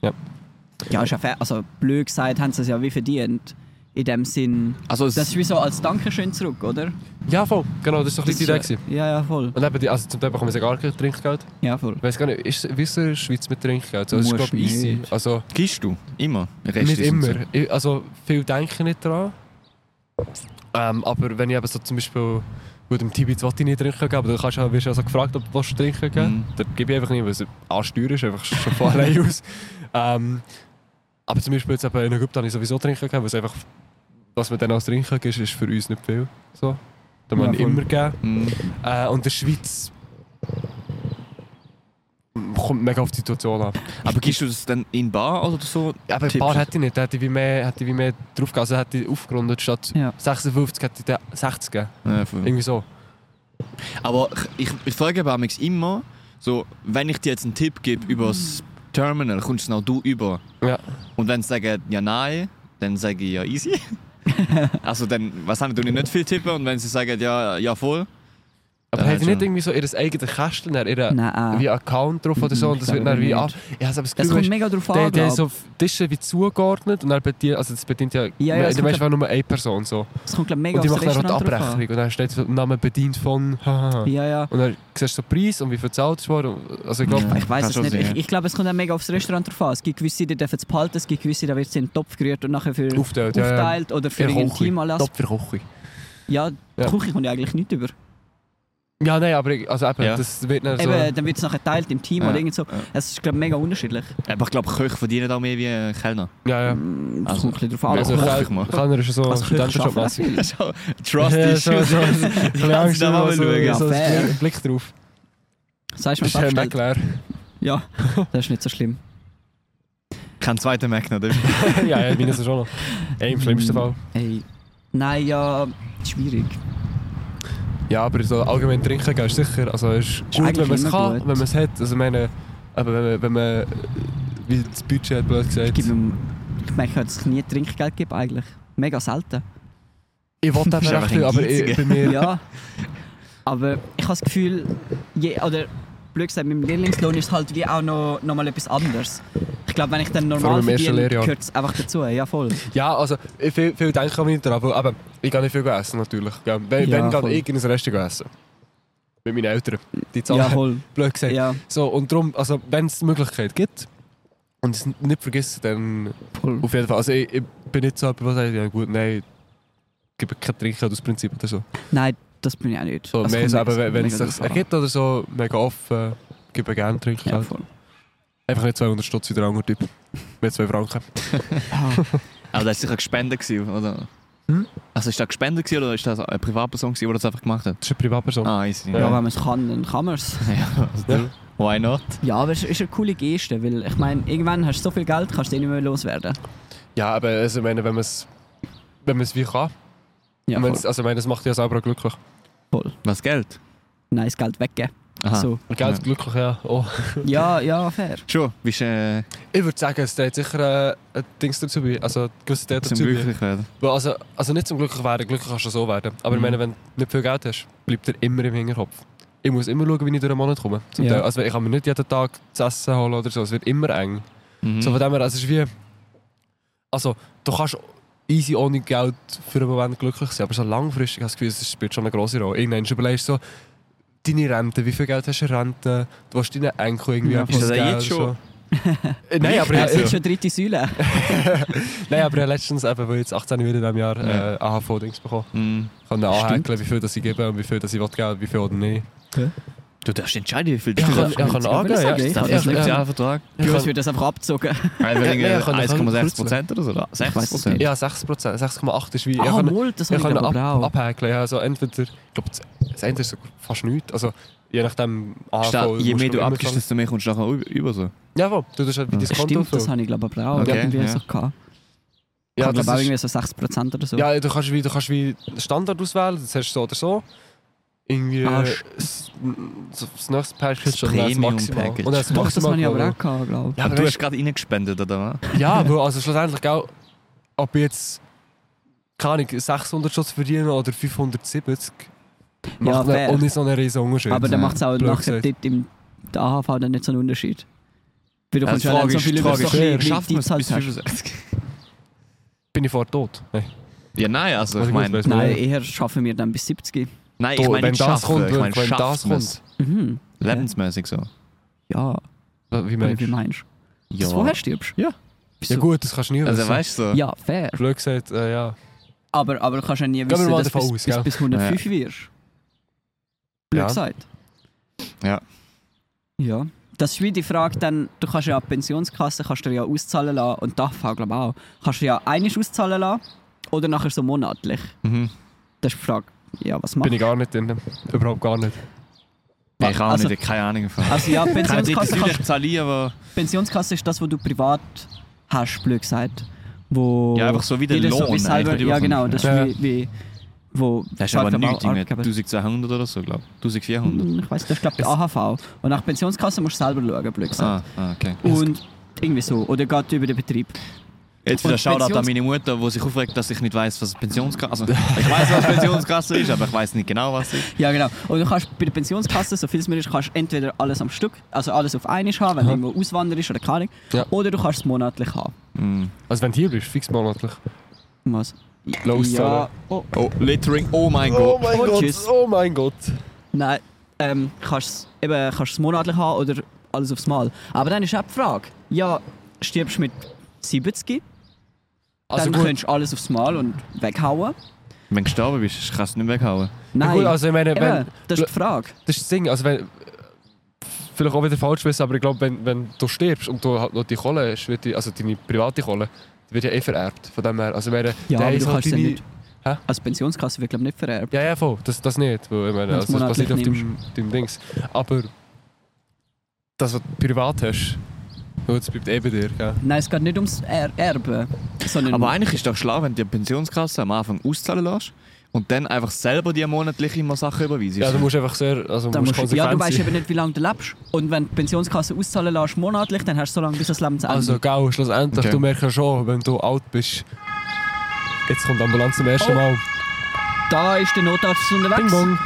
Ja, ist ja fair. Also, blöd gesagt, haben sie es ja wie verdient. In dem Sinn, Also es, das ist wie so als Dankeschön zurück, oder? Ja, voll, genau, das ist doch Das die Idee. ist ja- gewesen. Ja, ja, voll. Und eben, die, also zum Teil bekommen sie gar kein Trinkgeld. Ja, voll. Ich weiß gar nicht, ist, wie ist es in der Schweiz mit Trinkgeld? So, das ist, Musst glaube ich, easy. nicht. Also, gibst du? Immer? Rest nicht ist und immer. Ich, also, viele denken nicht daran. Ähm, aber wenn ich eben so zum Beispiel gut, dem Tibet wollte ich nicht trinken geben, aber dann kannst du, wirst du also gefragt, ob du trinken willst. Mhm. Dann gebe ich einfach nicht, weil es ansteuern ist, einfach schon von allein aus. Ähm, aber zum Beispiel jetzt eben in Ägypten habe ich sowieso trinken gegeben, weil es einfach, was man dann als trinken gibt, ist für uns nicht viel. So. Da muss Ja, man voll. immer geben. so. Mhm. Äh, und in der Schweiz kommt mega auf die Situation an. Aber gibst du das dann in Bar oder so? Ja, aber ein Tipps? paar hätte ich nicht, da hätte ich wie mehr, hätte ich wie mehr drauf gegeben. Also hätte ich aufgerundet, statt Ja. sechsundfünfzig hätte ich dann sechzig gegeben. Ja, voll. Irgendwie so. Aber ich, ich frage aber mich immer, so, wenn ich dir jetzt einen Tipp gebe über das Terminal, kommst du noch du über. Ja. Und wenn sie sagen, ja nein, dann sage ich ja easy. Also dann, was haben die nicht viel tippen und wenn sie sagen, ja, ja voll. Aber dann hätte ich halt nicht schon. irgendwie so ihr eigenes Kästchen, ihr Nein. wie Account drauf oder so Mhm, und das ich wird glaube dann wie nicht. ab. Ich habe das Das Gefühl, kommt weißt, mega drauf der, an, der glaub. so Tische wie zugeordnet und dann bedient, also das bedient ja, Ja, ja, in es den kommt meisten Fällen nur eine Person so. Es kommt glaub, mega Und die aufs macht dann auch die Restaurant drauf Abrechnung und dann steht so Name bedient von hahaha. an. Ja, ja. Und dann siehst du so Preis und wie viel zahlt es worden. Also ich glaube, Ja. Ich weiß Kann es schon nicht. sein, Ich, ja. ich glaube, es kommt auch mega aufs Restaurant drauf an. Es gibt gewisse, die dürfen es behalten, es gibt gewisse, da wird es in den Topf gerührt und nachher für aufteilt. Ja, ja. aufteilt oder für Für irgendeinen Küche. Teamanlass. Top für Küche. Ja, die Ja. Küche kommt ja eigentlich nicht über. Ja, nein, aber ich- also eben, Ja. das wird dann so... Eben, dann wird es nachher geteilt im Team Ja. oder irgend so. Ja. Es ist, glaube ich, mega unterschiedlich. Aber ich glaube, Köche verdienen auch mehr wie äh, Kellner. Ja, ja. Mm, Das Also, kommt ein bisschen drauf an. Also, hoffe Aber- ich mal. Kellner ist so Also, Köche Studentenjob-mässig. So, Trust Ja, issues. so, so, so, ein bisschen Angst, da mal so, schauen. Ja, so ein fair. Blick- Blick drauf. Sagst du Das mir ist das Mac leer. Ja, das ist nicht so schlimm. Kein zweiter Mac noch. Ja, ja, meine ist schon noch. Ey, im schlimmsten Fall. Hey. Nein, ja, schwierig. Ja, aber so allgemein trinken gehen ist sicher, also ist, Ist gut, eigentlich wenn man es immer kann, gut. wenn man es hat. Also ich meine, aber wenn man, wenn man wie das Budget hat, blöd gesagt. Gib ihm, ich meine, ich könnte es nie Trinkgeld geben eigentlich. Mega selten. Ich wollte Bist einfach einfach recht viel, ein aber ich, Geiziger. bei mir... Ja. Aber ich habe das Gefühl, je, oder blöd gesagt, mit dem Lehrlingslohn ist es halt wie auch noch, noch mal etwas anderes. Ich glaube, wenn ich dann Vor normal allem im ersten verdiene, Lehrjahr. gehört es einfach dazu. Ja, voll. Ja, also ich viel, viel denke ich nicht daran, aber aber ich gehe nicht viel essen natürlich. Gell. Wenn, Ja, wenn voll. gehe ich in ein Restaurant essen. Mit meinen Eltern. Die zahlen, Ja, voll. blöd gesagt. Ja, So, und darum, also wenn es die Möglichkeit gibt und es nicht vergessen, dann voll. auf jeden Fall. Also ich, ich bin nicht so jemand, der sagt, ja gut, nein, ich gebe kein Trinkgeld aus Prinzip oder so. Nein, das bin ich auch nicht. So Das mehr kommt so, aber mega- wenn, wenn mega es sich drauf an. ergibt oder so, mega offen, gebe gerne Ja, Trinkgeld. voll. Einfach nicht zweihundert Stutz wie der andere Typ. Mit zwei Franken. Ja. Aber das war sicher gespendet, gewesen, oder? Hm? Also ist das gespendet gewesen, oder ist das eine Privatperson, gewesen, die das einfach gemacht hat? Das ist eine Privatperson. Ah, easy. Ja, wenn man es kann, dann kann man es. Ja, also Ja. Why not? Ja, aber es ist eine coole Geste, weil ich meine, irgendwann hast du so viel Geld, kannst du eh nicht mehr loswerden. Ja, aber also, ich meine, wenn man es wenn man es wie kann. Ja, Ich meine, voll. es- also, ich meine, das macht ja selber auch glücklich. voll. Was, Geld? Nein, das Geld weggeben. Aha. So. Und Geld Ja. glücklich, ja. Oh. Ja, ja, fair. Schon, bist du äh, Ich würde sagen, es trägt sicher äh, ein Dings dazu bei. Also gewisse Dinge zum dazu bei. glücklich werden? Weil Also, also nicht zum glücklich werden, glücklich kannst du so werden. Aber ich Mhm. meine, wenn du nicht viel Geld hast, bleibt er immer im Hinterkopf. Ich muss immer schauen, wie ich durch den Monat komme. Zum Ja. Teil. Also ich kann mir nicht jeden Tag zu essen holen oder so. Es wird immer eng. Mhm. So von dem her, also es ist wie... Also, du kannst easy ohne Geld für einen Moment glücklich sein, aber so langfristig hast du das Gefühl, es spielt schon eine grosse Rolle. Irgendwann überlegst du so, deine Rente, wie viel Geld hast du in Rente? Du willst deinen Enkel irgendwie Ja, etwas ist das geben jetzt oder schon? So. Äh, Nein, aber Er ich, ist schon dritte Säule. nein, aber ich habe letztens, eben, weil ich jetzt achtzehn wieder in diesem Jahr Ja. äh, A H V-Dings bekommen. Mhm. Ich kann anhängen, wie viel das ich gebe und wie viel das ich will geben und wie viel oder nicht. Du darfst entscheiden, wie viel du Ich kann, darfst. ich kann ich angeben, ja. sagen, Ich ich Das kann ist ein ja. Sozialvertrag. Bei uns kann- wird das einfach abgezogen. Weil Ja, ja, ich kann- eins Komma sechs ich kann Prozent oder so. Ich sechs weiss es Prozent. Ja, sechs Prozent. sechs Komma acht ist wie... ich Ah, kann, wohl, das ich habe ich kann glaube ich ab, auch. abhäkeln. Ja, also entweder... Ich glaube, das, das eine ist so fast nichts. Also, je nachdem... A H V Statt, je musst mehr du immer abgibst, desto mehr kommst du nachher über- über so. zahlen. Ja, voll. Du tust halt wie Ja. dein Konto Stimmt, das auffüllen. habe ich glaube ich auch Okay, irgendwie ja. so gehabt. Ich Ja, habe das glaube auch ist- irgendwie so sechs Prozent oder so. Ja, du kannst wie, du kannst wie Standard auswählen, das hast du so oder so. Irgendwie Ah, äh, sch- das, so das nächste Package Das und dann das Premium Maximal. Package. Und dann das Doch, das Maximal habe ich aber geholt. auch gehabt, glaube Ja, Aber aber du weißt- hast gerade reingespendet, oder was? Ja, aber also schlussendlich auch, ob ich jetzt keine Ahnung, sechshundert Schutz verdiene oder fünfhundertsiebzig, Ja, macht fair. auch nicht so einen riesen Unterschied. Aber dann macht es auch Blöd nachher gesagt. dort im der A H V dann nicht so einen Unterschied. Weil du Ja, kommst die ja dann Frage so ist- viel die über Frage so ist, ein bisschen, schafft wie man du es es halt bis hast. fünfundsechzig? Bin ich vor tot? Nein. Ja, nein, also Was ich ich gut meine... weiss. Nein, eher schaffen wir dann bis siebzig. Nein, Du, ich meine wenn nicht das schaffen, kommt, ich meine wenn das schaffen es. Mhm. Lebensmäßig so. Ja, Wie oder meinst wie du? meinst du? Ja. Dass du vorher stirbst? Ja. Wieso? Ja gut, das kannst du nie Also wissen. weißt du so? Ja, fair. Blöd gesagt, äh, ja. Aber, aber du kannst ja nie wir wissen, mal dass du davon bis, aus, bis, gell? bis hundertfünf wirst. Blöd Ja. gesagt. Ja. Ja. Das ist wie die Frage dann, du kannst ja die Pensionskasse kannst du ja auszahlen lassen und die A H V glaube ich auch. Kannst du ja einmal auszahlen lassen oder nachher so monatlich. Mhm. Das ist die Frage, ja, was macht Bin ich gar nicht drin. Überhaupt gar nicht. Ja, ich habe Also- nicht, keine Ahnung davon. Also ja, Keine Pensionskasse, dritte kannst, ich zahle, aber... Pensionskasse ist das, was du privat hast, blöd gesagt. Wo Ja, einfach so wie der jeder so Lohn wie selber, eigentlich, den du Ja genau, bekommst. das ist Ja. wie, wie wo Das ist aber Arbeitgeber- nichts, irgendwie Arbeitgeber- eintausendzweihundert oder so, glaube ich. eintausendvierhundert. Hm, Ich weiss, das ist glaube ich die A H V. Und nach der Pensionskasse musst du selber schauen, blöd gesagt. Ah, ah, okay. Und irgendwie so. Oder geht über den Betrieb. Jetzt wieder Und Shoutout Pensions- an meine Mutter, die sich aufregt, dass ich nicht weiss, was Pensionskasse also, ich weiss, was Pensionskasse ist, aber ich weiss nicht genau, was es ist. Ja genau. Und du kannst bei der Pensionskasse, so viel es möglich ist, kannst entweder alles am Stück, also alles auf einmal haben, wenn du irgendwo auswanderst oder keine Ahnung. Ja. Oder du kannst es monatlich haben. Mm. Also wenn du hier bist, fix monatlich. Was? Loszahlen. Ja. Oh, Oh, Littering, oh mein Gott. mein Oh, Gott, tschüss. oh mein Gott. nein. Ähm, kannst du eben kannst es monatlich haben oder alles aufs Mal. Aber dann ist auch die Frage, ja, stirbst du mit siebzig, Also dann gut, könntest du alles aufs Mal und weghauen. Wenn du gestorben bist, kannst du nicht weghauen. Nein, gut, also ich meine, eben, wenn, das ist die Frage. das ist das Ding, also wenn, vielleicht auch wieder falsch wissen, aber ich glaube, wenn, wenn du stirbst und du halt noch die Kohle hast, wird die, also deine private Kohle, die wird ja eh vererbt. Von dem her, also ich meine, Ja, der aber ist du halt kannst ja deine- nicht. Hä? Also die Pensionskasse wird glaube ich nicht vererbt. Ja, ja, voll, das, das nicht, weil ich meine, Wenn's also das basiert auf monatlich deinem, deinem Dings. Aber das, was du privat hast, gut, das bleibt eh bei dir, gell? Nein, es geht nicht ums er Erben, sondern Aber eigentlich ist es doch schlau, wenn du die Pensionskasse am Anfang auszahlen lässt Und dann einfach selber die monatlich immer Sachen überweisen. Ja, du musst einfach sehr, also Da musst musst, konsequent ja, du weißt sein. eben nicht, wie lange du lebst. Und wenn du die Pensionskasse auszahlen lässt monatlich, dann hast du so lange bis das Leben zu Ende. Also, gell, schlussendlich, Okay. du merkst ja schon, wenn du alt bist. Jetzt kommt die Ambulanz zum ersten Oh. Mal. Da ist der Notarzt Bing unterwegs. bong.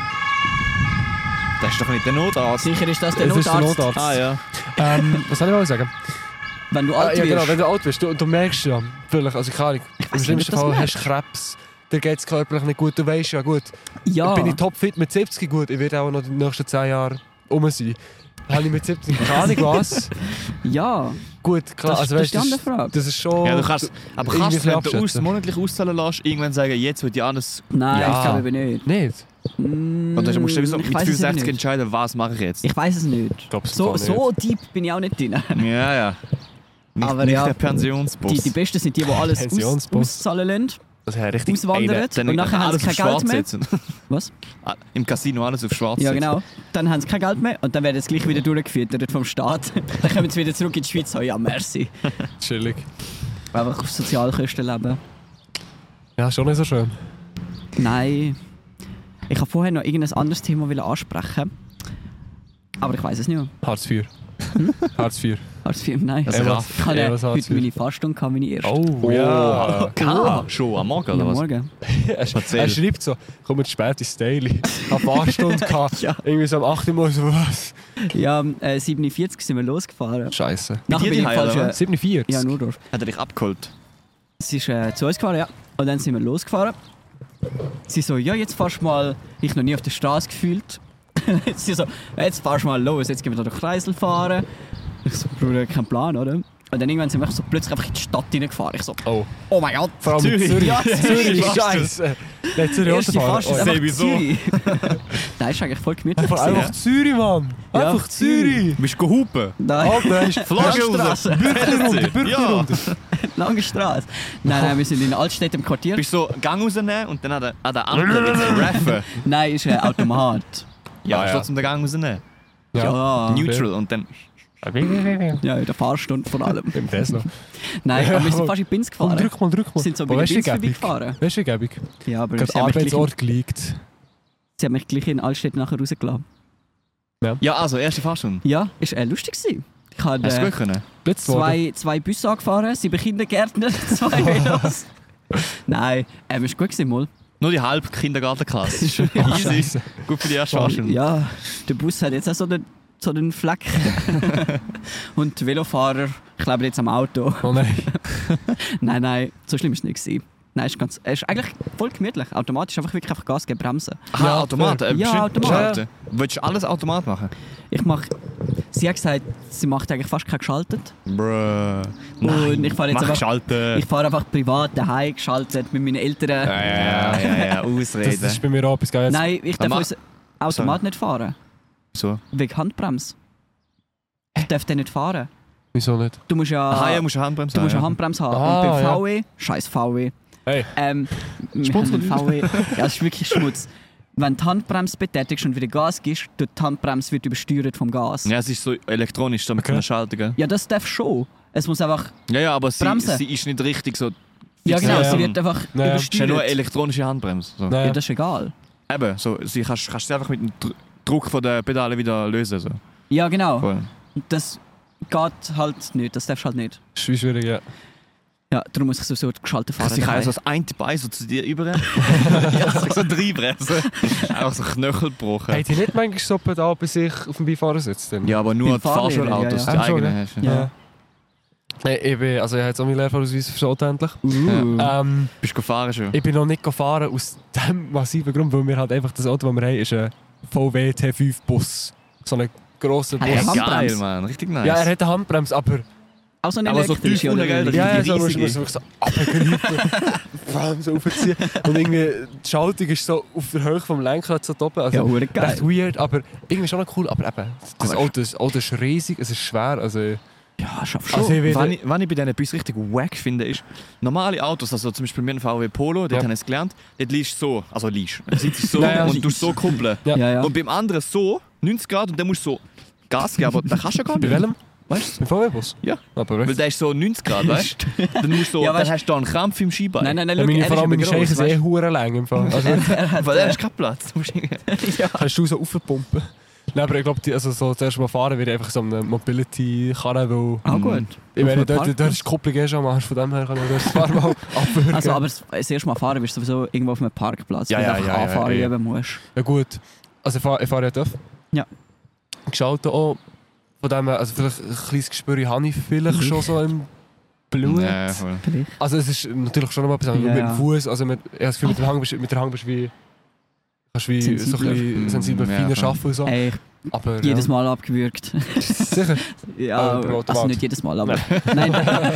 Das ist doch nicht der Notarzt. Sicher ist das der Es ist der Notarzt. Notarzt. Ah ja. Ähm, was soll ich mal sagen? Wenn du Ah, alt ja, genau, wirst. wenn du alt bist, du, du merkst ja, vielleicht, also keine Ahnung, im weiss schlimmsten nicht, ob Fall das hast du Krebs, dir geht es körperlich nicht gut, du weißt ja gut, Ja. bin ich topfit mit siebzig gut, ich werde auch noch die nächsten zehn Jahre um sein. Habe ich mit siebzig keine Ahnung was. Ja. Gut, klar, Das- also das weißt, ist die andere Frage. das ist schon... Ja, du kannst, aber irgendwie kannst du, wenn du abschätzen. aus, monatlich auszahlen lässt, irgendwann sagen, jetzt wird die anders. Nein, Ja. ich glaube eben nicht. Nicht? Mm, Und dann musst du sowieso ich mit weiss es eben fünfundsechzig nicht. entscheiden, was mache ich jetzt. Ich weiß es nicht. Ich glaub's So, gar nicht. so deep bin ich auch nicht drin. Ja, ja. Nicht, Aber nicht ja, der Pensionsboss. Die, die Besten sind die, die alles aus, Pensionsboss. auszahlen lassen, Das wäre richtig auswandern Dann und nachher haben alles sie auf kein Geld schwarz mehr. setzen. Was? Ah, Im Casino alles auf schwarz Ja, setzen. genau. Dann haben sie kein Geld mehr und dann werden sie gleich wieder durchgefüttert vom Staat. Dann kommen sie wieder zurück in die Schweiz. Oh ja, merci. chillig. Einfach auf Sozialkosten leben. Ja, schon nicht so schön. Nein. Ich wollte vorher noch irgendein anderes Thema ansprechen. Aber ich weiß es nicht mehr. Hartz vier. Hm? Hartz vier. Hartz vier, nein. Also, ich ja, hatte ja, was Hartz heute vier? meine Faststunde, gehabt, meine erste. Oh, ja. Ah, schon am Morgen, oder ja, was? morgen. Er, sch- Erzähl. er schreibt so, komm jetzt spät ins Daily. Ich habe Fahrstunde gehabt. Ja. Irgendwie so am acht Uhr so, was? Ja, äh, siebenundvierzig sind wir losgefahren. Scheiße. Nachher dir bin ich daheim, falsch. oder Äh, siebenundvierzig? ja, nur durch. Hat er dich abgeholt? Sie ist äh, zu uns gefahren, ja. Und dann sind wir losgefahren. Sie so, ja, jetzt fahrst du mal. Ich noch nie auf der Straße gefühlt. Sie so, jetzt fahrst du mal los, jetzt gehen wir da durch Kreisel fahren. Ich so, Bruder, kein Plan, oder? Und dann irgendwann sind wir so plötzlich einfach in die Stadt reingefahren. Ich so, Oh. oh mein Gott, Vor allem Zürich. Zürich. Ja, Zürich, Zürich. Scheiße. Nein, Zürich Erste Autofahren. Fast Oh, ist ja. einfach wieso? Zürich. Nein, ist eigentlich voll gemütlich. Einfach, gewesen. einfach Zürich, Mann. Ja, Einfach Zürich. Bist du gehupen? Nein, Alter, hast Flagge raus! Straße. Bürgerrunde, Ja. Bürgerrunde. lange Straße. Nein, nein, wir sind in der Altstadt im Quartier. Bist du so Gang rausnehmen und dann an der, an der Ampel jetzt raffen? Nein, ist ein Automat. Ja, Ah, ja. trotzdem den Gang rausnehmen. Ja, Neutral und dann... ja, in der Fahrstunde vor allem. Im Tesla. Nein, aber wir sind fast in Pins Komm, gefahren. drück mal, drück mal. Sind so Wo bei weißt du, Pins wie gäbig? vorbeigefahren. Weißt du, wie gäbig? Ja, aber Der sie haben, mich gleich, Arbeitsort liegt. sie haben mich gleich in Altstadt nachher rausgelassen. Ja, also, erste Fahrstunde. Ja, ist äh, lustig gewesen. Ich habe Hast du äh, gut können? Blitz worden. zwei, zwei Busse angefahren, sieben Kindergärtner, zwei Velos. Nein, ähm, ist gut gewesen, mal. Nur die halbe Kindergartenklasse. Ist Ja, easy. Scheiße. Gut für die erste Fahrstunde. Ja, der Bus hat jetzt auch so einen, so einen Fleck. Und die Velofahrer kleben jetzt am Auto. Oh nein. Nein, nein, so schlimm ist es nicht gewesen. Nein, ist ganz, es ist eigentlich voll gemütlich. Automatisch einfach wirklich einfach Gas geben, bremsen. Aha, Ja, Automat. Äh, Ja, bestimmt Automat. schalten. Willst du alles Automat machen? Ich mache, sie hat gesagt, sie macht eigentlich fast kein geschaltet. Bruh. Und ich fahre jetzt Mach einfach- schalten. Ich fahre einfach privat daheim geschaltet mit meinen Eltern. ja, ja, ja, ja, Das, Ausreden. das ist bei mir auch etwas Geiles. Nein, ich darf Aber- unser Automat nicht fahren. So. Wegen Handbremse. Ich darf den nicht fahren. Wieso nicht? Du musst ja, Aha, ja, musst du eine Handbremse du musst eine haben. Handbremse haben. Ah, Und beim ja. V W, scheiß V W, Hey. ähm, wir Schmutz haben oder V W, ja, es ist wirklich Schmutz. Wenn du die Handbremse betätigst und wieder Gas gibst, tut die Handbremse wird übersteuert vom Gas. Ja, es ist so elektronisch, damit Okay. kann man schalten, gell? Ja, das darf schon. Es muss einfach, Ja, ja, aber sie, Bremsen. sie ist nicht richtig so... ja genau, Ja, sie ja. wird einfach Ja, ja. Es ist ja nur eine übersteuert. elektronische Handbremse. So. Nein. Ja, das ist egal. Eben, so, sie kannst, kannst sie einfach mit dem Dr Druck von der Pedale wieder lösen. So. Ja, genau. Voll. Das geht halt nicht, das darfst du halt nicht. Das ist schwierig, ja. Ja, darum muss ich so geschaltet fahren. Also ich kann daheim. also das eine Bein so zu dir über. Ja, so reinpressen. Einfach so Knöchel gebrochen. Habt ihr nicht manchmal so Pedal bei sich auf dem Beifahrersitz? Denn? Ja, aber nur Beim die Fahrschulautos, Fahrlehrer, ja, ja. die eigenen Ja, hast. Ja. Ja. Nein, ich, bin, also ich habe jetzt auch meinen Lehrfahrausweis verschossen endlich. Uh. Ähm, Bist du gefahren schon? ich bin noch nicht gefahren aus dem massiven Grund, weil wir halt einfach das Auto, das wir haben, ist ein V W T fünf Bus. So ein grosser Hat Bus. er Ja, geil, Handbremse? Mann. Richtig nice. Ja, er hat eine Handbremse, aber Auch so eine Aber so elektrische, tief oder? unten, gell? ja, ja, die so musst du riesige. musst du wirklich so abgreifen, vor allem so aufziehen. Und irgendwie die Schaltung ist so auf der Höhe vom Lenkrad so oben. Also Ja, hure geil. recht weird, aber irgendwie schon noch cool. Aber eben, das Aber- Auto, das Auto ist riesig, es ist schwer. Also, Ja, schaff schon. also ich will, Was ich, was ich bei diesen Bussen richtig wack finde, ist, normale Autos, also zum Beispiel mir ein V W Polo, dort Ja. habe ich es gelernt, dort liegst du so, also liegst du sitzt so Nein, ja, und liegst. du so kuppeln. Ja. ja, ja. Und beim anderen so, neunzig Grad, und dann musst du so Gas geben, aber das kannst du ja gar bei nicht. welchem? Weißt du? Im V W-Bus? Ja. Aber Weil recht. der ist so neunzig Grad, weißt du? Dann, musst du so, Ja, dann weißt- hast du da einen Krampf im Skibein. Nein, nein, nein, Ja, schau, meine, er vor ist allem meine übergross, Scheiche sind eh weißt hure lang im Fall. Also du? Er hat, Weil er äh, ist kein Platz. Du musst irgendwie- ja. kannst du so aufpumpen. Nein, aber ich glaube, also so zuerst mal fahren wird einfach so eine Mobility-Karre, weil... Ah, gut. Ich meine, Auf einem dort, dort Parkplatz? ist die Kupplung eh schon am Arsch, von dem her kann ich das Fahren mal abwürgen. Also, aber das das erste Mal fahren wirst du sowieso irgendwo auf einem Parkplatz, Ja, wo ja, du einfach ja, ja, anfahren ja. üben musst. Ja gut, also ich fahre ich fahr ja TÜV. Ja. Geschaltet auch. Von dem her, also vielleicht ein kleines Gespür habe ich vielleicht Mhm. schon so im Blut. Ja, voll. Vielleicht. Also es ist natürlich schon noch mal etwas anderes. Ja. Mit dem Fuß, also mit, ich habe das Gefühl, mit, dem Hang bist, mit der Hang bist du wie... Kannst du wie Sensibler. so ein bisschen Mm, sensibler, ja, feiner voll. arbeiten und so. Ey, Aber jedes ja. Mal abgewürgt. Sicher. ja, Ah, beim Automat. also nicht jedes Mal, aber... nein,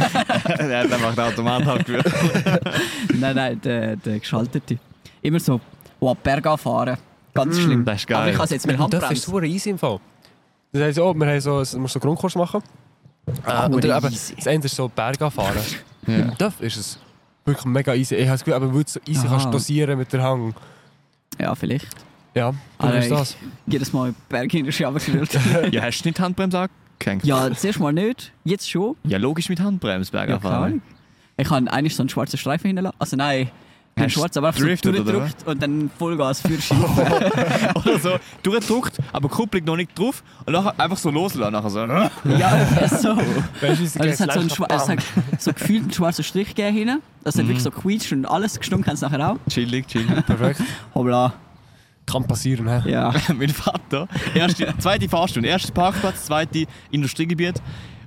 Er hat einfach den Automat abgewürgt. nein, nein, der, der Geschaltete. Immer so, oh, bergauf fahren. Ganz Mm, schlimm. Das ist Aber ich geil. kann es jetzt mit Und das ist Handbremse. super easy im Fall. Das heisst, oh, wir haben so, du musst so Grundkurs machen. Ah, Äh, und dann, easy. eben, das eine ist so Berg fahren. Ja. Im TÜV ist es wirklich mega easy. Ich habe das Gefühl, aber weil du so easy Aha. kannst dosieren mit der Hang. Ja, vielleicht. Ja, Ah, du ist nein, das. Jedes Mal Berg hinter sich runtergerollt. Ja, hast du nicht die Handbremse angehängt? Ja, zuerst mal nicht, jetzt schon. Ja, logisch mit Handbremse Ja, bergauf keine fahren. Ahnung. Ich habe eigentlich so einen schwarzen Streifen hinterlassen. Also nein, kein Hast du schwarz, aber einfach so driftet, oder durchgedrückt und dann Vollgas für Schienen. Oder so, durchgedrückt, aber die Kupplung noch nicht drauf und nachher einfach so loslassen. Nachher so. Ja, so. Weißt du, wie sie Also es hat so, einen gleich schwa- es hat so gefühlt einen schwarzen Strich gegeben hinten. Das hat Mhm. wirklich so quietscht und alles gestunken hat es nachher auch. Chillig, chillig. Perfekt. Hoppla. Kann passieren, hä? Ja. Mein Vater, erste, zweite Fahrstunde, erster Parkplatz, zweite Industriegebiet.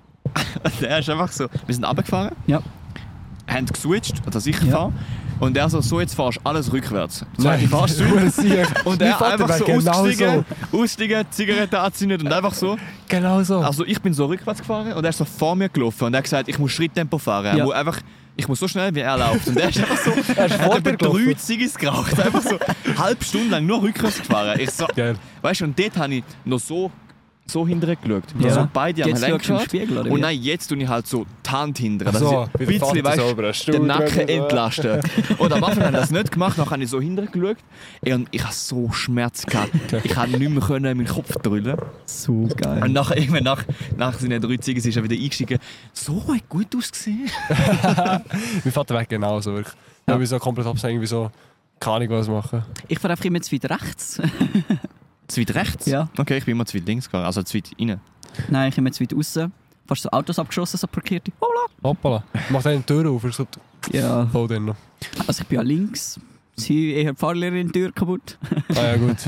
Der ist einfach so, wir sind runtergefahren, Ja. haben geswitcht, dass ich Ja. fahre. Und er so, so jetzt fahrst du alles rückwärts. Zweite Nein, Fahrstunde. das ist- Und Mein er Vater einfach wäre so genau ausgestiegen, so. ausgestiegen, Zigarette angezündet und einfach so. Genau so. Also ich bin so rückwärts gefahren und er ist so vor mir gelaufen und er hat gesagt, ich muss Schritttempo fahren. Er Ja. muss einfach, ich muss so schnell wie er läuft. Und er ist einfach so, Er ist er vor hat dir etwa drei gelaufen. Ziggis geraucht. Einfach so eine halbe Stunde lang nur rückwärts gefahren. Ich so, Geil. weißt du, und dort habe ich noch so, so hinterher geschaut. Ja. So beide am Jetzt Lenk schaust du im geschaut. Spiegel, oder Und wie? nein, jetzt tue ich halt so die Hand hinterher. Dass So, ich wie ein der bisschen, Vater weißt, sauber, einen Stuhl den Nacken drüber, so. entlasten. Und am Anfang habe ich das nicht gemacht, dann habe ich so hinterher geschaut. Ey, und ich hatte so Schmerz gehabt. Ich konnte nicht mehr können, meinen Kopf drüllen. So geil. Und nachher, irgendwann nach, nach seinen drei Ziegen ist er wieder eingestiegen. So hat gut ausgesehen. Mein Vater wäre genau so. Wirklich. Ja. Ja. Ich so komplett abhängen, wie so, keine Ahnung was machen. Ich fahre einfach immer zu weit rechts. Zu weit rechts? Ja. Okay, ich bin immer zu weit links gegangen, also zu weit rein. Nein, ich immer zu weit außen. Fast so Autos abgeschossen, so parkierte. Hoppla. Hoppala. Mach eine Tür auf, ist so Ja. voll drin noch. Also ich bin ja links. Sie eher die Fahrlehrerin die Tür kaputt. Ah ja, gut.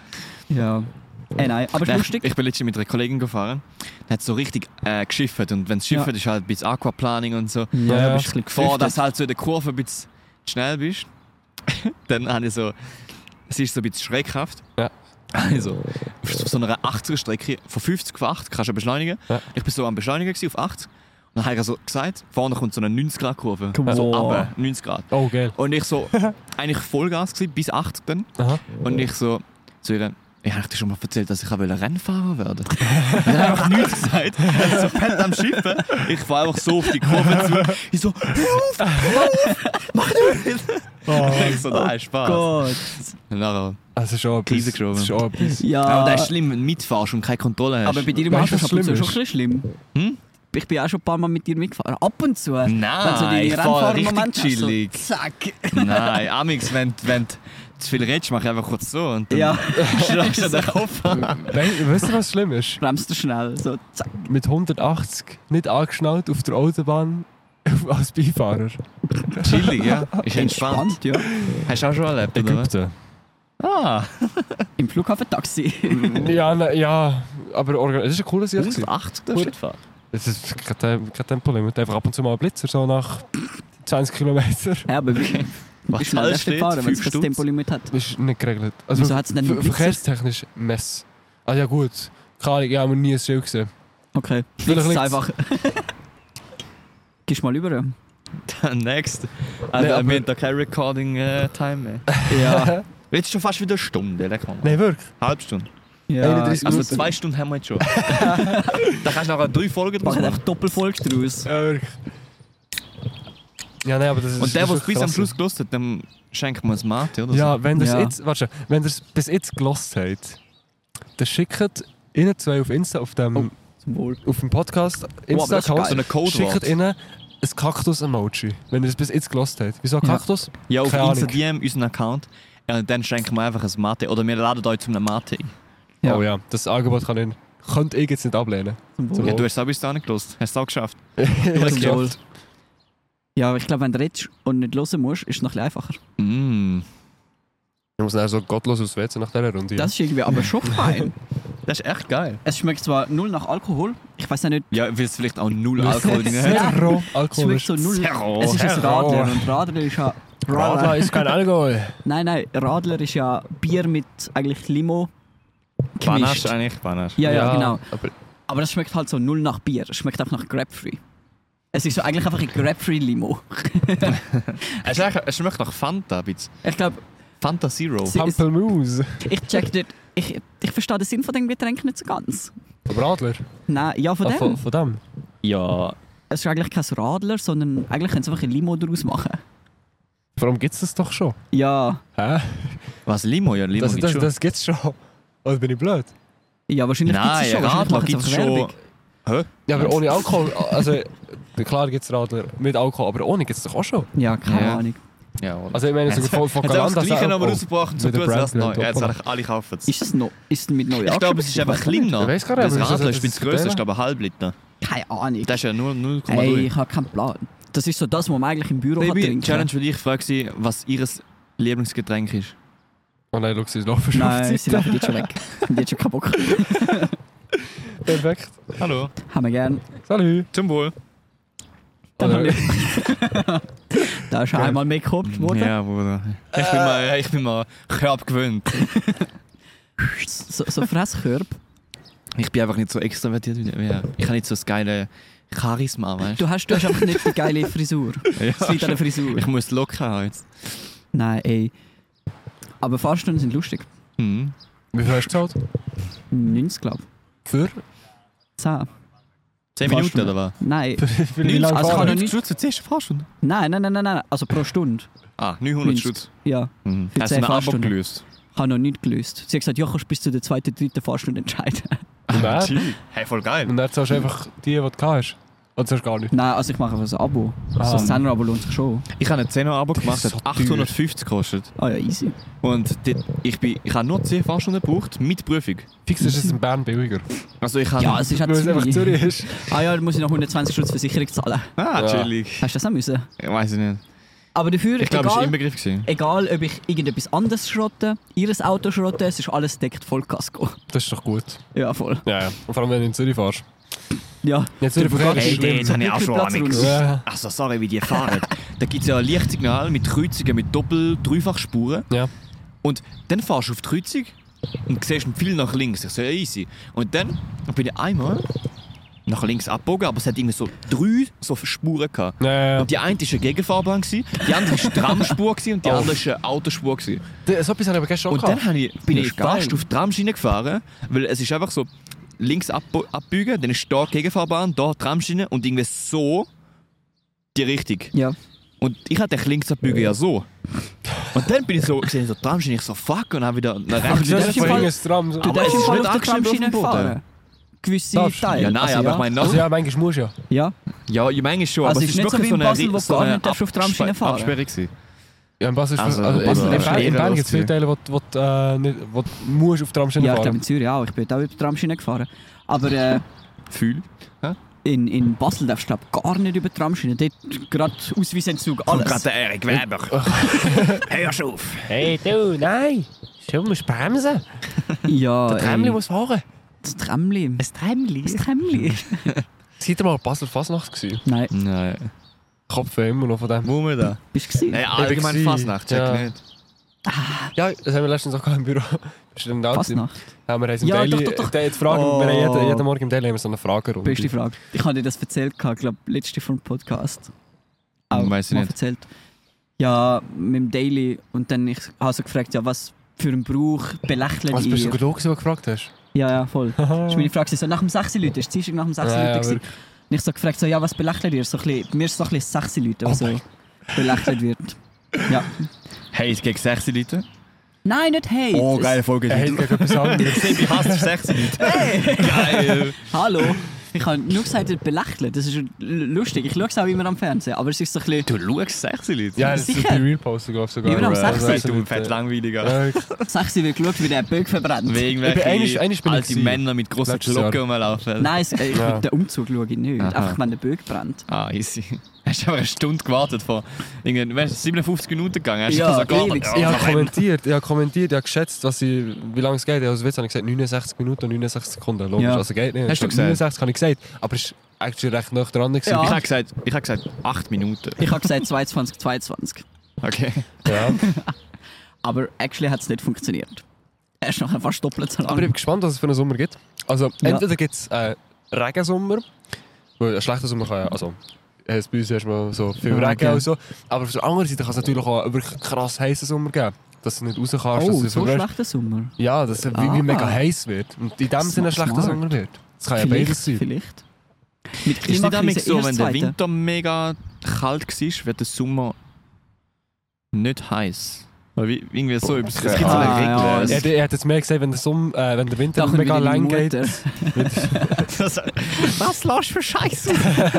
Ja. Äh, nein, aber es ist Nein, lustig. ich bin letztens mit einer Kollegin gefahren. Die hat so richtig äh, geschifft. Und wenn es schifft, Ja. ist halt ein bisschen Aquaplaning und so. Ja, Ja. du bist ein bisschen Vor, geflüchtet. dass du halt so in der Kurve ein bisschen schnell bist. Dann habe ich so... Es ist so ein bisschen schreckhaft. Ja. Also, auf so einer achtziger-Strecke von fünfzig auf achtzig kannst du beschleunigen. Ja. Ich war so am Beschleunigen gewesen, auf achtzig. Und dann habe ich so gesagt, vorne kommt so eine neunzig-Grad-Kurve. Boah. So runter, neunzig Grad. Oh, geil. Und ich so, eigentlich Vollgas gewesen, bis achtzig dann. Aha. Und ich so zu ihr, ich habe dir schon mal erzählt, dass ich auch Rennfahrer werden wollte. Und dann habe ich einfach nichts gesagt. Ich so fett am Schiffen. Ich fahre einfach so auf die Kurve zu. Ich so, hör auf, hör auf, mach nicht. Oh, Ich so, nein, Spaß. Gott. Und nachher, das ist schon Krise etwas. geschoben. Das ist schon etwas. Ja. aber das ist schlimm, wenn du mitfährst und keine Kontrolle hast. Aber bei dir im Weißt Auto du, ist was ab und zu schlimm schon ist? ein bisschen schlimm. Hm? Ich bin auch schon ein paar Mal mit dir mitgefahren. Ab und zu. Nein, Wenn so die ich fahre richtig Rennfahrermomente hast, so chillig. zack. Nein, Amix, wenn, wenn du zu viel redest, mache ich einfach kurz so und dann Ja. schlägst du den Kopf an. We weißt du, was schlimm ist? Bremst du schnell. So, zack. Mit hundertachtzig nicht angeschnallt auf der Autobahn als Beifahrer. Chillig, ja. Ist entspannt. Entspannt, ja. Hast du auch schon erlebt, oder was? Ägypten. Ah, Im Flughafen-Taxi. Ja, ne, ja, aber organ- das ist ein cooles Jahr. gewesen. hundertachtzig darfst du nicht fahren. Es ist kein, Tem- kein Tempolimit, einfach ab und zu mal ein Blitzer, so nach zwanzig Kilometern. Ja, aber wie Was schnell alles darfst du steht, fahren, wenn fünf es kein Stutz. Tempolimit hat? Das ist nicht geregelt. Also Wieso hat's denn ver- einen Blitzer? verkehrstechnisch Mess. Ah ja gut, keine Ahnung, ich habe nie ein Schild gesehen. Okay. Vielleicht Jetzt liegt's- einfach. Gehst mal über. Next. Also, Nee, wir aber- haben da kein Recording-Time mehr. Ja. Jetzt schon fast wieder eine Stunde, der kommt. Nein, wirklich. Halbe Stunde. ja. einunddreißig Also Minuten. zwei Stunden haben wir jetzt schon. Da kannst du nachher drei Folgen draus Machen machen. einfach Doppelfolge draus. Ja, wirklich. Ja, nein, aber das ist Und der, das der ist es bis am krass. Schluss gelost hat, dem schenkt man ein Mate, oder? Ja, wenn ihr es Ja. jetzt, warte, wenn ihr es bis jetzt gelost habt, dann schickt ihnen zwei auf Insta auf dem Oh, Zum Wohl. auf dem Podcast Oh, aber das ist Insta-Account, geil. So ein Codewort. schickt ihnen ein Kaktus-Emoji, wenn ihr das bis jetzt gelost habt. Wieso ein Ja. Kaktus? Ja, auf Keine Insta Ahnung. D M unseren Account. Ja, und dann schenken wir einfach ein Mate. Oder wir laden euch zu einem Mate ein. Ja. Oh ja, das Angebot kann ich, könnte ich jetzt nicht ablehnen. Zum Zum Wohl. Ja, du hast es auch bis dahin gelost. Hast du es auch geschafft? Du hast Zum es Wohl. geschafft. Ja, aber ich glaube, wenn du redest und nicht hören musst, ist es noch ein bisschen einfacher. Mm. Ich muss dann so gottlos aufs W C nach dieser Runde. Das ist irgendwie aber schon fein. Das ist echt geil. Es schmeckt zwar null nach Alkohol. Ich weiß ja nicht. Ja, weil es vielleicht auch null Alkohol drin hat. Ja. Zero Es Alkohol. schmeckt so null. Zero. Es ist ein Zero. Radler und Radler ist ja. Radler ist kein Alkohol. Nein, nein, Radler ist ja Bier mit eigentlich Limo Panache gemischt. eigentlich, Panache. Ja, ja, genau. Aber Aber das schmeckt halt so null nach Bier. Es schmeckt auch nach Grapefruit. Es ist so eigentlich einfach ein Grapefruit Limo. Es, ist eigentlich- es schmeckt nach Fanta. ein bisschen. Ich glaube, Fanta Zero. Sie- Pampelmuse. ich check dort. Ich, ich verstehe den Sinn von dem Getränk nicht so ganz. Aber Radler? Nein, ja, von Ah, dem. von, von dem? Ja. Es ist eigentlich kein Radler, sondern eigentlich können sie einfach ein Limo daraus machen. Warum gibt es das doch schon? Ja, Hä? Was, Limo? Ja, Limo Das, gibt's das, schon. das gibt's schon. Oder bin ich blöd? ja wahrscheinlich gibt Nein, es schon. Wahrscheinlich Radler machen sie gibt es einfach schon. Werbung. Hä? Ja, aber ohne Alkohol. Also, klar gibt es Radler mit Alkohol, aber ohne gibt es doch auch schon. Ja, keine Ja. Ahnung. Ja, oder? Also, ich meine, sogar von, von Jetzt haben wir das Gleiche auch- nochmal oh, rausgebracht und so mit der tun sie das Brand neu. Ja, jetzt Brand. alle, alle kaufen es. Ist es noch? Ist es mit neu Ich glaube, es ist einfach kleiner. Ich weiss gar nicht, Das aber ist das Radler ist ein etwas bisschen grösser, zu ich glaube ein halb Liter. Keine Ahnung. Das ist ja nur null Komma Hey, drei. ich habe keinen Plan. Das ist so das, was man eigentlich im Büro hat Baby, trinken. Challenge für dich, frag sie, was ihr Lieblingsgetränk ist. Oh nein, schau, sie laufen schon Nein, auf sie die laufen Seite. jetzt schon weg. Und jetzt schon keinen Bock. Perfekt. Hallo. Haben wir gern. Salut. Zum Wohl. Dann Oder- haben wir- Da ist schon einmal mehr gekocht worden. Ja, Bruder. Ich bin mal, ich bin mal Körb gewöhnt. So, so Fresskörb. Ich bin einfach nicht so extrovertiert wie ja. Ich habe nicht so das geile Charisma, weißt du? Du hast, du hast einfach nicht die geile Frisur. Ja, Es liegt an der Frisur. ich muss locker haben jetzt. Nein, ey. Aber Fahrstunden sind lustig. Mhm. Wie viel hast du gezahlt? neunzig, glaube ich. Für? zehn. Zehn Minuten Fahrstunden. oder was? Nein. Für wie lange Also fahren? kann er neunzig nicht- Stutz für zehn Fahrstunde? Nein, nein, nein, nein, nein. Also pro Stunde. Ah, neunhundert neunzig. Stutz. Ja. Mhm. Für Hast du zehn ein Abo Fahrstunden. gelöst? Ich habe noch nicht gelöst. Sie hat gesagt, ja, kannst du bis zu der zweiten, dritten Fahrstunde entscheiden. Nein. Hey, voll geil. Und dann zahlst du einfach die, die du gehabt hast. Oder zahlst du gar nicht? Nein, also ich mache einfach ein Abo. Ah. So ein Zehner-Abo lohnt sich schon. Ich habe ein zehner-Abo gemacht, ist das so hat achthundertfünfzig gekostet. Ah ja, easy. Und dort, ich, bin, ich habe nur zehn Fahrstunden gebraucht, mit Prüfung. Fix ist es in Bern billiger. Also ich habe... Ja, es ist Weil es auch einfach Zürich. Zürich ist. Ah ja, da muss ich noch hundertzwanzig Stutz Versicherung zahlen. Ah, Ja. chillig. Hast du das auch müssen? Ich weiß nicht. Aber dafür, Ich glaube, es war egal, Inbegriff. gewesen. egal ob ich irgendetwas anderes schrotte, ihres Auto schrotte, es ist alles deckt voll Kasko. Das ist doch gut. Ja, voll. Ja, ja. Und vor allem, wenn du in Zürich fährst. Ja. Ja, Zürich Der Verkehr Bugatti- ist Hey, schlimm. dort habe ich auch schon Platz Ahnung. rund. Ja. Also sorry, wie die fahren. Da gibt es ja ein Lichtsignal mit Kreuzungen mit Doppel-Dreifachspuren. Ja. Und dann fahrst du auf die Kreuzung und siehst viel nach links. Ich so, ja, easy. Und dann bin ich einmal nach links abgebogen, aber es hat irgendwie so drei so Spuren gehabt. Ja, ja, ja. Und die eine war eine Gegenfahrbahn, gewesen, die andere war eine Tramspur gewesen und die Oh. andere war eine Autospur. Gewesen. Da- So etwas habe ich aber gestern auch Und gehabt. dann habe ich, bin Das ich ist geil. fast auf die Tramschiene gefahren, weil es ist einfach so links abbo- abbiegen, dann ist da die Gegenfahrbahn, da die Tramschiene und irgendwie so die Richtung. Ja. Und ich hatte links abbiegen ja so. Und dann bin ich so, gesehen so die Tramschiene, ich so fuck und dann wieder nach Aber rechts. du darfst hast im Fall- vorhin ein Tram. So. Du Aber darfst es im ist Fall nicht auf der angeschrieben Tramschiene auf dem Boden. fahren. Gewisse Darfst du? Teile. Ja, nein, also, aber ja. ich meine Also noch. ja, manchmal musst du ja. Ja. Ja, ich meine schon, Also aber es es ist ist nicht so wirklich wie so in eine, Basel, wo so gar eine nicht darfst auf die Tramschiene Abspe- fahren. Absperrung gewesen. Ja, in Basel ist Also, also, also, in, äh, Bern, in Bern gibt es viele Schwerer Teile, wo, du- wo, du, äh, nicht, wo du musst auf die Tramschiene Ja, ich glaube fahren. in Zürich auch. Ich bin dort auch über die Tramschiene gefahren. Aber äh, Fühl. in, in Basel darfst du glaub, gar nicht über die Tramschiene. Dort gerade Ausweisentzug, Und gerade alles. der Erik Weber. Hörst auf. Hey du, nein! Du musst bremsen. Ja, Der Tramli ey. muss fahren. Das Tramli. Ein Tramli. Das Tramli. Seid ihr mal Basel Fasnacht gewesen? Nein, Nein. Kopfweh immer noch von dem. Wo wir da? bist du gewesen? Nein, allgemein gewesen. Fasnacht, check Ja. nicht. Ja, das haben wir letztens auch gehabt im Büro. Bist du denn da gewesen? Fasnacht. Ja, wir haben es im Ja, Daily, doch, doch, doch. Die, die Frage, Oh. wir haben jeden, jeden Morgen im Daily haben wir so eine Fragerunde. Beste Frage. Ich habe dir das erzählt, ich glaube, letzte vom Podcast. Auch Weiss ich mal nicht. erzählt. Ja, mit dem Daily. Und dann ich habe so gefragt, ja, was für einen Brauch belächelt Was bist du ihr? sogar du, gewesen, der gefragt hast? Ja, ja, voll. Das war meine Frage. So, nach dem sechs Leute, das war Dienstag nach dem sechs Ja, ja, Leute. wirklich. Und ich so gefragt, so, ja, was belächelt ihr? So ein bisschen, mir ist so ein bisschen sechs Leute, Oh was so mein belächelt wird. Ja. Hey, es gegen sechzehn Leute. Nein, nicht hey. Oh, Es- geile Folge. Er hat gegen etwas anderes. Ich hasse sechzehn Leute. Hey! Geil. Hallo. Ich habe nur gesagt, er belächelt. Das ist lustig. Ich schaue es auch immer am Fernsehen. Aber es ist so ein bisschen... Du schaust sechzehn Leute? Ja, das ist Sicher. die Real-Poster, glaube ich sogar. Immer am Ja, sechzehn. also, Du fett langweiliger. Ja, ich- sechzehn wird geschaut, wie der Böck verbrennt. Wie Ich bin- einmal- irgendwelche einmal bin ich alte gewesen. Männer mit grossen Letztes Glocken Jahr. rumlaufen. Nein, es, ich, Ja. den Umzug schaue ich nicht. Aha. Einfach, wenn der Böck brennt. Ah, easy. Hast du aber eine Stunde gewartet vor irgendwie, weißt, du, siebenundfünfzig Minuten gegangen. Hast du Ja, so gewartet? ewig. Ich Ja, habe kommentiert, ich habe kommentiert, ich habe geschätzt, was ich, wie lange es geht. Also Witz habe ich gesagt neunundsechzig Minuten und neunundsechzig Sekunden. Logisch, Ja. also geht nicht. Hast du Ich gesagt? neunundsechzig habe ich gesagt, aber es war actually recht nah dran. gewesen. Ja. Ich habe gesagt, ich hab gesagt acht Minuten. Ich habe gesagt zweiundzwanzig, zweiundzwanzig. Okay. Ja. Aber actually hat es nicht funktioniert. Er ist nachher fast doppelt so lang. Aber ich bin gespannt, was es für einen Sommer gibt. Also Ja. entweder gibt es einen Regensommer, weil ein schlechter Sommer kann ja, also es bei uns erstmal so viel Ah, Regen okay. und so. Aber auf der anderen Seite kann es natürlich auch einen wirklich krass heißen Sommer geben. Dass du nicht raus kannst. oh, dass du so weißt- schlechter Sommer. Ja, dass es wie, Ah. wie mega heiß wird. Und in dem Sinne ein Smart. schlechter Sommer wird. Das kann ja Vielleicht, beides sein. vielleicht. Mit Ist nicht damit Klimakrise so, eher wenn das der Zweite. Winter mega kalt war, wird der Sommer nicht heiß? Weil wie, irgendwie so, es gibt so Ah, eine ja, Regel. das- Er, er hat jetzt mehr gesagt, wenn der, Sommer, äh, wenn der Winter Dachten mega wir deine lang geht. Mutter. Das- Was lässt für Scheiße?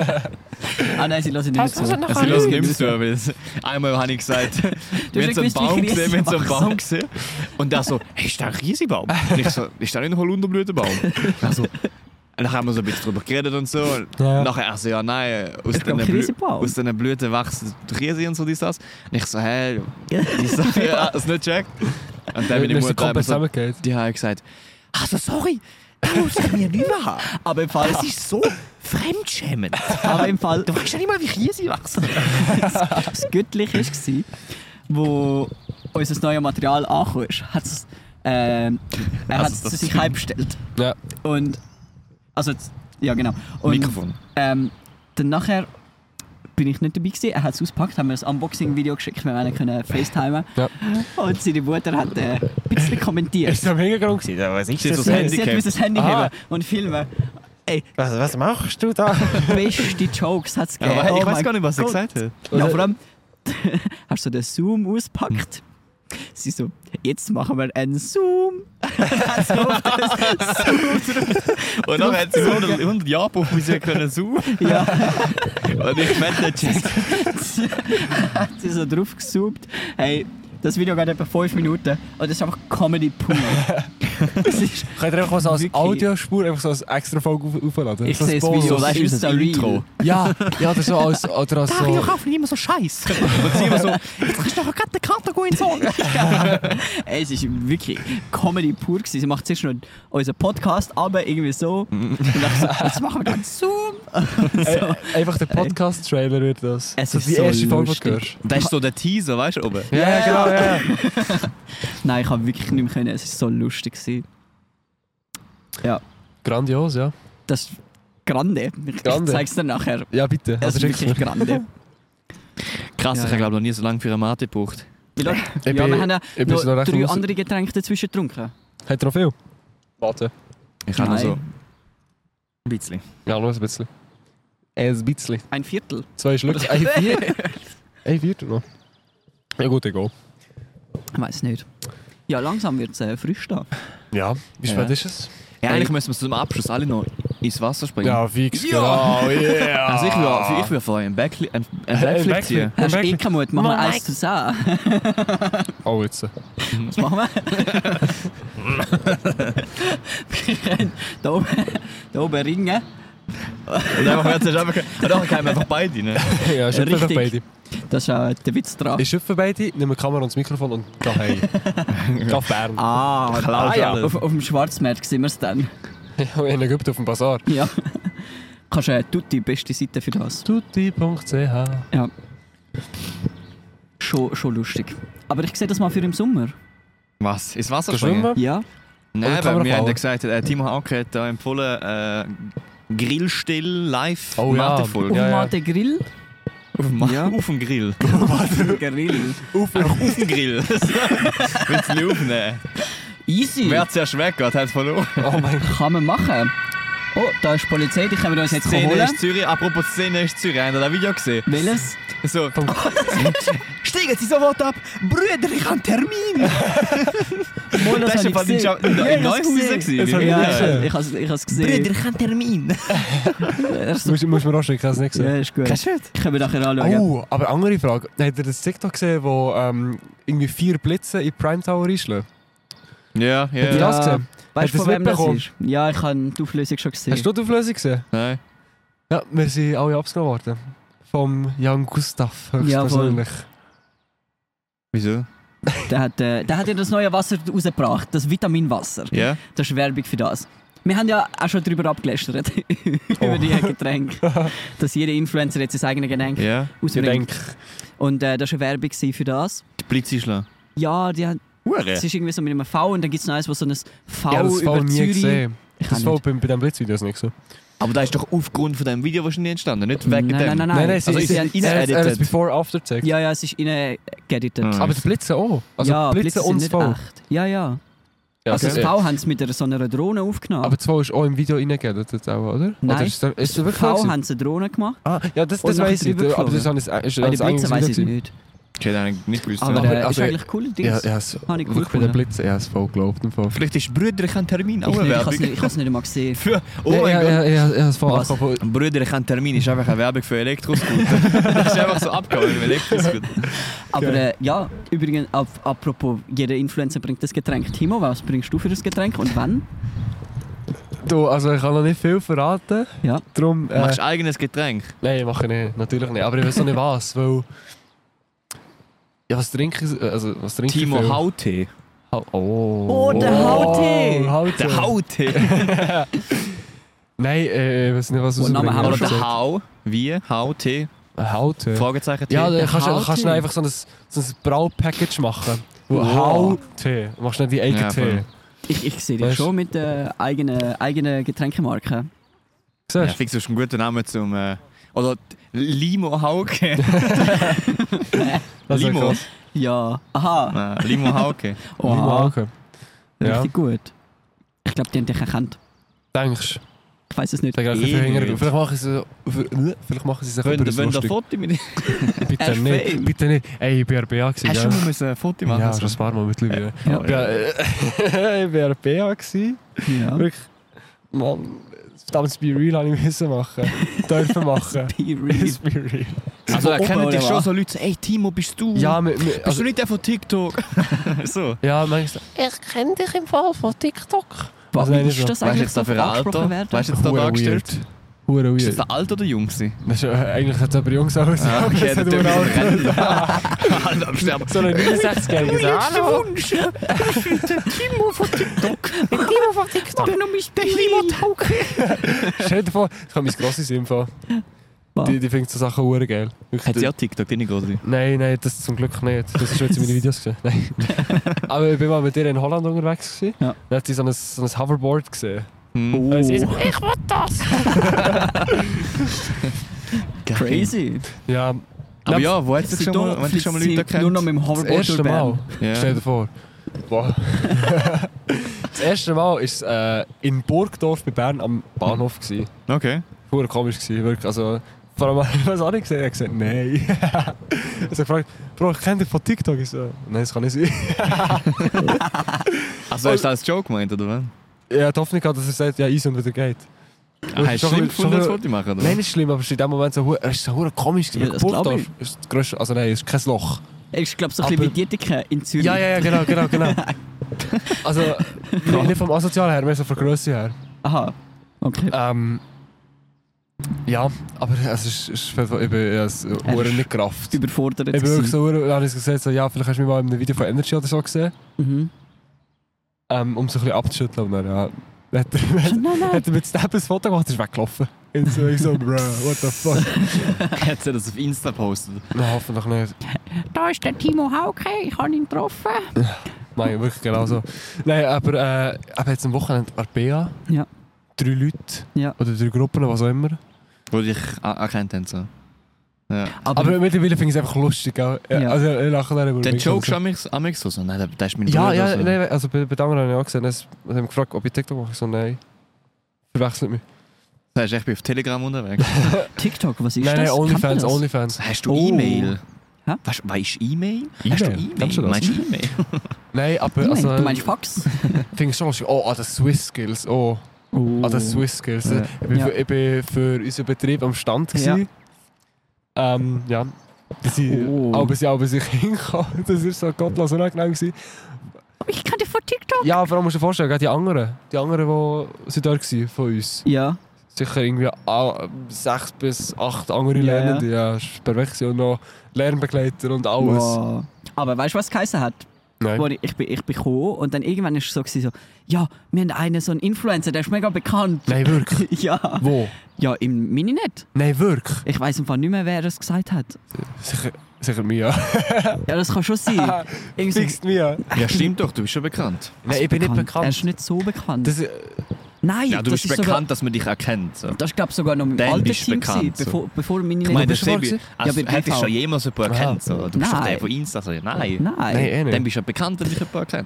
Ah nein, sie lassen nicht zu. Sie lassen nicht mehr zu, weil es- einmal habe ich gesagt, wir haben so einen gewusst, wie Baum riesig gesehen, wir haben so einen wachsen. Baum gesehen und der so, hey, ist das ein Riesenbaum? Und ich so, ist das nicht ein Holunderblütenbaum? Und so, und dann haben wir so ein bisschen drüber geredet und so. Und Ja. nachher er so, ja nein, aus Ich glaub, diesen kein Blü Riesenbaum. aus diesen Blüten wachsen Riesen und so dies, das. Und ich so, hä? Ich so, ja, das nicht checkt. Und dann bin ich Wenn es Mutter komplett so, zusammengeht. die hat gesagt, also sorry, das muss ich mir nicht mehr haben. Aber im Fall, Das ist so fremdschämend. aber im Fall Du weißt ja nicht mal, wie Riesen wachsen. das Göttliche war, wo unser neues Material angekommen ist, hat's, ähm, er hat es Also zu das- sich heimbestellt. Ja. Und, also, z- ja genau. Und, Mikrofon. Ähm, dann nachher bin ich nicht dabei gewesen. Er hat es ausgepackt, haben mir ein Unboxing-Video geschickt, wir wollen können FaceTimen. Ja. Und seine Mutter hat äh, ein bisschen kommentiert. Ist es am Hintergrund gewesen? Ja, was ist Steht so das? das Sie, Handy sie hat gehabt. müssen das Handy Aha. heben und filmen. Ey, Was, was machst du da? beste Jokes hat es gegeben. Aber ich Oh weiß mein gar nicht, was er Gott. gesagt hat. Ja, vor allem hast du den Zoom ausgepackt. Sie so, jetzt machen wir einen Zoom. Hat so auf das Zoom drauf. Und dann hat sie hundert, hundert Jahre gebraucht, bis sie können zoomen. Ja, Und ich wette nicht checkt. hat sie so drauf gezoomt. Hey, das Video geht etwa fünf Minuten und das ist einfach Comedy pur. Es ist, Könnt ihr einfach mal so als Wirklich. Audiospur einfach so als extra Folge auf, aufladen? Ich So sehe ein das Video, Bonus. weißt du, ist so ein real. Intro. Ja, ja, oder so als, oder als so... kaufen immer so Scheiß. Und sie immer so, jetzt kannst du doch gerade die Karte gehen sagen. Ey, es ist wirklich Comedy pur gewesen. Sie macht zuerst noch unseren Podcast, aber irgendwie so. Und dann so, jetzt machen wir dann Zoom. Ey, so. einfach der Podcast-Trailer wird das. Es so ist die so erste Folge, die lustig. du hörst. Das ist so der Teaser, weißt du, oben. Ja, ja, genau, ja. Nein, ich habe wirklich nicht mehr können. Es war so lustig gewesen. Ja, Grandios, ja. das ist grande. Ich, Grande. ich zeig's dir nachher. Ja, bitte. Es Also, ist schick's wirklich mir. grande. Krass, Ja, ich ja. habe glaube noch nie so lange für eine Mate gebraucht. Wie lange? Ich Ja, bin- wir haben ja ich bin noch so recht drei raus- andere Getränke dazwischen getrunken. Hat er noch viel? Warte. Ich habe noch Nein. so ein bisschen. Ja, nur ein bisschen. Ein bisschen. Ein Viertel. Zwei Schluck. Ein Viertel. Ein Viertel noch. Ja gut, egal. Ich weiß nicht. Ja, langsam wird es äh, frisch da. Ja, wie Ja. spät ist es? Ja, eigentlich müssen wir zum Abschluss alle noch ins Wasser springen. Ja, fix, Ja. genau. Yeah. Also ich würde ich will vorher einen Backflip, einen einen Ein Backflip Backflip. ziehen. Hast du eh Backflip. keinen Mut? Machen wir Nein. eins zu zehn. Oh, jetzt. Was machen wir? Wir können da oben, da oben ringen. Und einfach wird es einfach... Und dann kommen einfach beide, ne? Ja, schöpfen einfach Richtig. beide. Das ist äh, der Witz dran. Ich schöpfe beide, nehme die Kamera und das Mikrofon und gehe heim. Geh auf Bern. Ah, Klaus ah ja. alles. Auf, auf dem Schwarzmarkt sehen wir es dann. In Ägypten auf dem Bazar. Ja. Kannst du äh, Tutti, beste Seite für das. tutti punkt c h. Ja. Schon, schon lustig. Aber ich sehe das mal für im Sommer. Was? Ins Wasser Gehst du springen? schwimmen? Ja. Nein, Oder weil wir haben ja Kamerafahren? gesagt, äh, Timo Hauke hat da empfohlen, äh, Grillstill live Oh ja. Mate-Folge. Auf Ja, dem ja. Mate Grill. Auf dem, Ma- Ja. auf dem Grill. Grill. auf, auf dem Grill. Willst du nicht aufnehmen? Easy. Wer zuerst weggeht, hat verloren. Oh mein Gott. Kann man machen. Oh, da ist die Polizei, die können wir uns jetzt Szene holen. ist Zürich. Apropos Szene ist Zürich. Habt ihr das Video gesehen? Welches? So. steigen Sie sofort ab! Brüder, ich habe einen Termin! Mal, Das das war habe ich ja gesehen. in Ja, ich Neuhaus hab's gesehen. gewesen. Das hab ich Ja, nicht ja, gesehen. ich habe es ich has gesehen. Brüder, ich habe einen Termin! Er so, Musst muss mir auch schicken, ich habe es nicht ja, gesehen. ist gut. Kannst du nicht? Ich kann mir nachher anschauen. Oh, aber andere Frage. Habt ihr das TikTok gesehen, wo ähm, irgendwie vier Blitze in Prime Tower einschlagen? Ja, Habt ihr ja. das gesehen? Weißt du, Hast von du das wem das mitbekommen? ist? Ja, ich habe die Auflösung schon gesehen. Hast du die Auflösung gesehen? Nein. Ja, wir sind alle abgenommen worden. Vom Jan Gustav, höchstpersönlich. Wieso? Der hat, äh, der hat ja das neue Wasser rausgebracht, das Vitaminwasser. Ja? Das ist Werbung für das. Wir haben ja auch schon darüber abgelästert, über die Getränke. Dass jeder Influencer jetzt sein eigenes Getränk Ja? ausbringt. Gedenk. Und äh, das war eine Werbung für das. Die Blitz einschlagen. Ja, die hat, Hure. es ist irgendwie so mit einem V und dann gibt es noch eins, wo so ein V Ja, das über habe ich nie Zürich... gesehen. Ich Das auch war nicht. bei, bei den Blitzvideos nicht so. Aber das ist doch aufgrund von dem Video wahrscheinlich entstanden, nicht wegen Nein, dem. nein, nein, nein. Nein, nein, Also sie, sie sie, haben sie, er, er hat es edited. before after gezeigt. Ja, ja, es ist rein geeditet. Ah. Aber die Blitze auch. Also ja, Blitze, Blitze und sind das nicht V. echt. Ja, ja. Ja, Also das- das V haben sie mit einer, so einer Drohne aufgenommen. Aber das V ist auch im Video reingeeditet, auch, oder? Nein. Oder ist das, ist das das wirklich V so? haben sie eine Drohne gemacht. Ah, ja, das, Und das nachher weiß ich. drüber Aber das geflogen. ist ein, ist Bei ein den Blitzen weiß ich es Video. nicht. Ich hätte eigentlich nicht gewusst. Aber ja. äh, also, ist eigentlich cool, Dings. Ja, ja, es, Habe ich cool wirklich bei den gefunden. Blitzen, ja, es voll geglaubt. Im Fall. Vielleicht ist Brüder, ich habe einen Termin. Auch Ich eine nicht, ich habe es Werbung. nicht, ich hab's nicht einmal gesehen. Für, oh ja, mein ja, Gott. ja, ja, ja, es voll Was? abgekommen. Brüder, ich habe einen Termin. Ist einfach eine Werbung für Elektroscooter. Das ist einfach so abgehauen im Elektroscooter. Aber äh, ja, übrigens, ap apropos, jeder Influencer bringt das Getränk. Timo, was bringst du für das Getränk und wann? Du, also ich kann noch nicht viel verraten. Ja. Darum, Du äh, machst eigenes Getränk. nein, mache ich nicht. Natürlich nicht. Aber ich weiß auch nicht was, weil... Ja, was trinke ich? Also, was trinke ich Timo viel? Hautee. Hau- Oh. Oh, der Hautee. Hautee. Der Hautee. Nein, äh, ich weiß nicht, was Oh, Name rausbringen. haben wir Oder schon. der Hau. Wie? Hautee. Ein Hautee. Fragezeichen Tee. Ja, Der dann kannst du Hautee. kannst du einfach so ein, so ein Brau-Package machen. Wo Wow. Hautee. Du machst nicht die eigene Ja, Tee. voll. Ich, ich sehe dich Weißt- schon mit der eigenen, eigenen Getränkemarke. Ja, Siehst fix ist ein guter Name zum... Äh, oder Limo Hauke. Das ist Limo. krass. Ja, aha. Äh, Limo Hauke. Oha. Limo Hauke. Ja, Richtig gut. Ich glaube, die haben dich erkannt. denkst du? Ich weiß es nicht. Vielleicht, Eh vielleicht, nicht. vielleicht machen sie es vielleicht machen sie sich Wenn über wenn das der lustig. Foto mit... Bitte Hast nicht, Fame. bitte nicht. Ey, ich bin R B A gewesen, Hast du gell? schon mal müssen ein Foto machen? Ja, so? schon ein paar Mal mit Libyen. Ja. Ja, äh, ich war R B A gewesen. Ja. Wirklich, Mann, verdammt, Be Real habe ich müssen machen. Dürfen machen. Be real. Be Real. Also Von oben, erkennen dich oder schon was? so Leute, ey Timo, bist du? Ja, mit, mit, Bist also, du nicht der von TikTok? so. ja, manchmal. Ich kenne dich im Fall von TikTok. Was Also, nein, ist nicht so. das Weißt du eigentlich jetzt da so für ein angesprochen Alter? werden? Weißt du jetzt da Hure dargestellt? weird. Hure Ist weird. das der alt oder jung gewesen? Das ist, äh, eigentlich hat es aber Jungs aus. Ah, okay, das der hat Typ hure ist ein alt. Rentner. Alter, am Sterben. So ein neunundsechzigjähriger gesagt, hallo. Timo von TikTok. Timo von TikTok. Mach noch mein Timo. Stell dir vor, das kann mein grosses Info. Was? Die, die findet so Sachen hure geil. Wirklich, Hat sie die- auch TikTok, deine Große? Nein, nein, das zum Glück nicht. Das ist jetzt in meinen Videos gesehen. Nein. Aber ich bin mal mit ihr in Holland unterwegs gewesen. Ja. Dann hat sie so ein, so ein Hoverboard gesehen. Hm. Oh. Und sie so, Ich will das. Crazy. ja, Aber Ja, ja, wo hat sie schon mal, wenn sie schon mal Leute Nur kennt? noch mit dem das Hoverboard erste durch Mal. Bern. Stell Ja. dir vor. Boah. Das erste Mal war es äh, in Burgdorf bei Bern am Bahnhof. Gewesen. Okay. Voll komisch gewesen, wirklich. Also, vor allem, was auch nicht gesehen, er hat gesagt, nein. Er hat gefragt, Bro, ich kenne dich von TikTok. Ich so, nein, das kann nicht sein. Also hast du das als Joke gemeint, oder was? Ja, die Hoffnung hat, dass er sagt, ja, easy und wieder geht. Ah, hast du Schon- schlimm gefunden, das schon- Foto machen, oder? Nein, nicht schlimm, aber es ist in dem Moment so, hu- es ist so hure komisch. Ja, gewesen. das glaub Burgdorf ist das grösste, also nein, es ist kein Loch. Er ist, glaube ich, so ein Aber- bisschen wie Dietike in Zürich. Ja, ja, ja, genau, genau, genau. Also, nicht, nicht vom Asozialen her, mehr so von der Grösse her. Aha. Okay. Ähm, ja, aber es ist, ist für, ich bin ja, es hure ist nicht gerafft. Überfordert Ich bin wirklich gewesen. so, hure- dann habe ich gesagt, so, ja, vielleicht hast du mich mal in einem Video von Energy oder so gesehen, Mhm. ähm, um so ein bisschen abzuschütteln. Und dann, ja, hat er, Nein, nein. hat er mit Snap ein Foto gemacht und ist weggelaufen. Und so, ich so, bruh, what the fuck. Hat sie das auf Insta gepostet? Na, hoffentlich nicht. Da ist der Timo Hauke. Ich habe ihn getroffen. Nein, wirklich genau so. Nein, aber äh, aber jetzt am Wochenende Arbea. Ja. Drei Leute. Ja. Oder drei Gruppen, was auch immer. Wo dich a- erkannt haben. So. Ja. Aber, Aber mittlerweile finde ich es einfach lustig. Auch. Ja. Ja. Also ich lache darüber. Den wirklich. Joke schon amix- amix so, so, nein, das ist mein Ja, Bruder. ja, so. nein, also bei, bei den anderen habe ich auch gesehen, es- sie haben gefragt, ob ich TikTok mache. Ich so, nein. Verwechselt mich. Das heißt, ich bin auf Telegram unterwegs. TikTok, was ist nein, nein, das? Kennt man Onlyfans, das? Onlyfans. Hast du Oh. E-Mail? Hä? Weißt du, weißt du E-Mail? E-Mail? Hast du E-Mail? Kennst du das? Meinst du E-Mail? Nein, aber E-Mail? also... Du meinst Fax? finde ich schon lustig. Oh, ah, das Swiss Skills. Oh, Oh. ah, das Swiss Skills. Ja. Ich, bin Ja. für, ich bin für unseren Betrieb am Stand. Ja. Ja. Ähm, ja. Bis ich, Oh. auch bis ich, auch bis ich hinkam. Das war so gottlos unangenehm. gewesen. Ich kann dir von TikTok. Ja, vor allem musst du dir vorstellen, gell, die anderen, die anderen, die sind dort waren, von uns. Ja. Sicher irgendwie ah, sechs bis acht andere Ja, Lernende. Ja, das war perfekt. Und noch Lernbegleiter und alles. Wow. Aber weißt du, was es geheißen hat? Nein. Wo ich, ich, bin, ich bin gekommen und dann irgendwann war es so, gewesen, so, ja, wir haben einen, so einen Influencer, der ist mega bekannt. Nein, wirklich. Ja. Wo? Ja, im Mininet. Nein, wirklich. Ich weiss im Fall nicht mehr, wer es gesagt hat. Sicher, sicher Mia. Ja, das kann schon sein. Irgendwie so- Fixt Mia. Ja, stimmt doch, du bist schon bekannt. Nein, ich bin nicht Er bekannt. ist nicht so bekannt. Das, Nein, Ja, du das bist ist bekannt, sogar, dass man dich erkennt. So. das ist glaube ich sogar noch im Dann alten bist du Team bekannt, gewesen, so. bevor, bevor Mininet... Ich meine, bist das du schon Sebi, mal also, Ja, bei hättest du B V. schon jemals jemanden Aha. erkannt? So. Du bist doch Nein. der von Insta. So. Nein. Nein. Nein, eh nicht. Dann bist du ja bekannt, wenn dich jemand erkennt.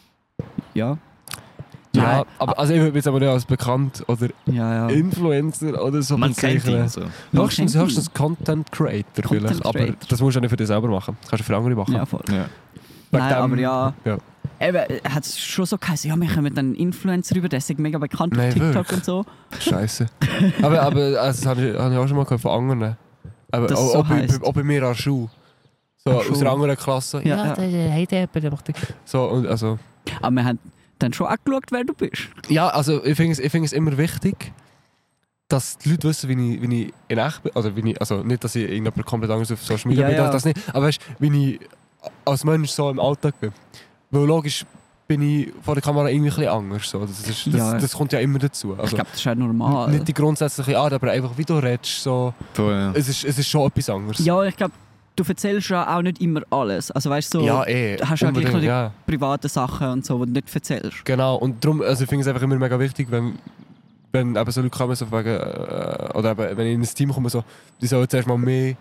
Ja. Ja, Nein. aber also ich würde mich jetzt aber nicht als bekannt oder Ja, ja. Influencer oder so Man kennt bezeichnen. ihn so. Man Höchstens, kennt ihn. höchstens Content Creator Content vielleicht, aber Creator. das musst du ja nicht für dich selber machen. Das kannst du für andere machen. Ja, voll. Ja. Wegen Nein, dem- aber ja. ja. Eben, hat es schon so geheißen, ja, wir kommen dann Influencer über, der ist mega bekannt Nein, auf TikTok wirklich? und so. Scheiße. aber aber also, das habe ich, habe ich auch schon mal gehört von anderen. Aber Dass es auch, so auch, bei, heisst. auch bei mir an der Schule. So Ach, aus Schule. einer anderen Klasse. Ja, Ja, ja. der, der, hey, der, der macht die- So, und also... Aber wir haben dann schon auch geschaut, wer du bist. Ja, also ich finde es, ich finde es immer wichtig, dass die Leute wissen, wie ich, wie ich in echt bin. Also, wie ich, also nicht, dass ich irgendjemand komplett anders auf Social Media Ja, bin, ja. das, das nicht. Aber weißt du, wie ich als Mensch so im Alltag bin. Weil logisch bin ich vor der Kamera irgendwie ein bisschen anders. So. Das, ist, das, Ja. das kommt ja immer dazu. Ich Also, glaube, das ist auch normal. nicht die grundsätzliche Art, aber einfach wie du redest. So. Voll, ja. Es, ist, es ist schon etwas anderes. Ja, ich glaube, du erzählst ja auch nicht immer alles. Also weißt du, so ja eh. du hast ja gleich unbedingt, noch die ja. private Sachen und so, die du nicht erzählst. Genau, und darum, also ich finde es einfach immer mega wichtig, wenn, wenn eben so Leute kommen, so wegen, äh, oder eben, wenn ich in ein Team komme, so, die sollen zuerst mal mehr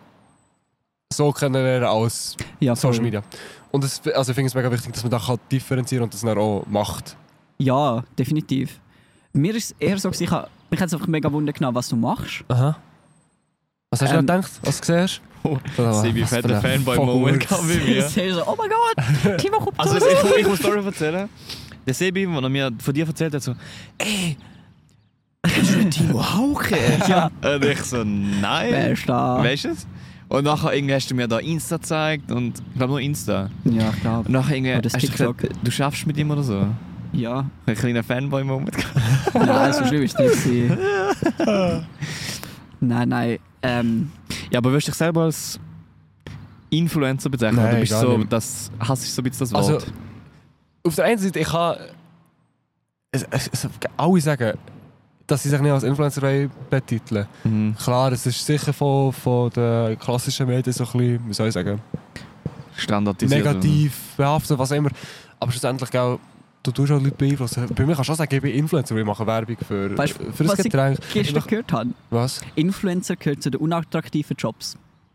so kennenlernen als Ja, voll. Social Media. Und das, also ich finde es mega wichtig, dass man da kann differenzieren und das dann auch macht. Ja, definitiv. Mir ist es eher so, gewesen, ich habe mich jetzt einfach mega wundern genommen, was du machst. Aha. Was hast du Ähm, gerade gedacht, als du siehst? Oh, Oder Sebi was hat für einen ein Fanboy-Moment Vogel. gehabt bei mir. Ich sehe so, oh mein Gott, Timo kommt Also zu uns. ich, ich muss eine Story erzählen. Der Sebi, als er mir von dir erzählt hat, so «Ey, kennst du den Timo Hauke?» Ja. Und ich so «Nein». Wer ist da? Weißt du es? Und nachher irgendwie hast du mir da Insta gezeigt und ich glaube nur Insta. Ja, ich glaube. Und nachher irgendwie Oder das hast du TikTok. gesagt, du schaffst mit ihm oder so. Ja. Ein kleiner Fanboy-Moment gehabt. Nein, so schlimm ist es nicht. gewesen. Nein, nein. Ähm, Ja, aber würdest du dich selber als Influencer bezeichnen? Nein, Oder bist gar so, nicht. das hasst ich so ein bisschen das Also, Wort? auf der einen Seite, ich kann... Es, es, es, alle sagen, dass sie sich nicht als Influencer wollen betiteln. Mhm. Klar, es ist sicher von, von den klassischen Medien so ein bisschen, wie soll ich sagen, Standardisiert. negativ behaftet, was auch immer. Aber schlussendlich, gell, du tust auch Leute beeinflussen. Bei mir kannst du schon sagen, ich bin Influencer, weil ich mache Werbung für, Weißt du, für das was ich Getränk. gestern gehört habe, Was? Influencer gehört zu den unattraktiven Jobs.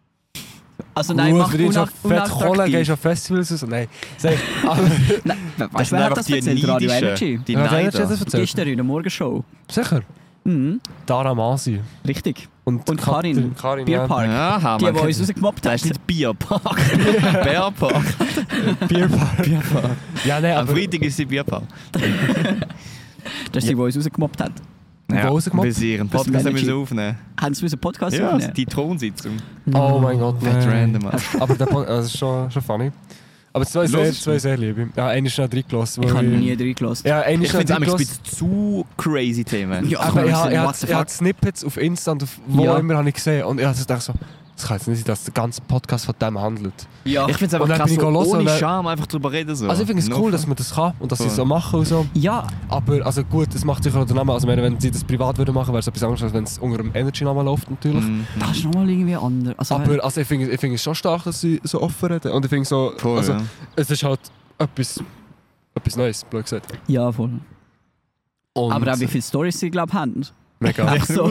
Also nein, Gut, macht verdienst una du fett Kohle, unattraktiv. gehst auf Festivals und so. Nein, sag ich. Aber, Nein, Das weißt du, sind wer hat einfach das die erzählt? Radio Neidischen. Energy. Die Ja, wer hat Neider. das erzählt? Gestern in der Morgenshow. Sicher. Mhm, Dara Masi. richtig. Und, Und Karin. Karin, Bierpark. Aha, Die, man die uns kennt- rausgemobbt Das hat. ist nicht Bierpark. Bärpark. Ja. Bierpark. Bierpark. Ja, nein, Am aber... Freitag ist sie Bierpark. Das ist die, die uns rausgemobbt hat. Ja. Weil sie ihren Das Podcast Manager. müssen aufnehmen Haben sie unseren Podcast Ja, aufnehmen? die Thronsitzung. Oh mein Gott, Fett nein. random. Mann. Aber der Pod das ist schon, schon funny. Aber zwei sehr, Hörst du? zwei sehr liebe. Ja, einer ist schnell reingelassen. Ich weil habe nie reingelassen. Ja, einer Ich ist schnell finde es ein reingelassen. bisschen zu crazy Themen. Ja, Aber ich so, habe ich what hab- the ich habe fuck? Snippets auf Insta und auf wo Ja. immer habe ich gesehen. Und ich habe gedacht so, das kann jetzt nicht sein, dass der ganze Podcast von dem handelt. Ja. Ich finde es Und einfach dann krass, bin ich so hören und ohne dann- Scham einfach drüber reden. So. Also ich finde es No cool, fun. dass man das kann und dass sie es Voll. so machen und so. ja, Aber also gut, das macht sicher auch den Namen. Also ich meine, wenn sie das privat würden machen, wäre es etwas anderes, als wenn es unter dem Energy-Namen läuft natürlich. Mhm. das ist nochmal irgendwie anders. Also, Aber also ich finde ich finde es schon stark, dass sie so offen reden. Und ich finde so, Voll, also, ja. es ist halt etwas, etwas Neues, blöd gesagt. ja, voll. Und Aber auch wie viele Storys sie, glaube ich, haben. Mega. Ach so.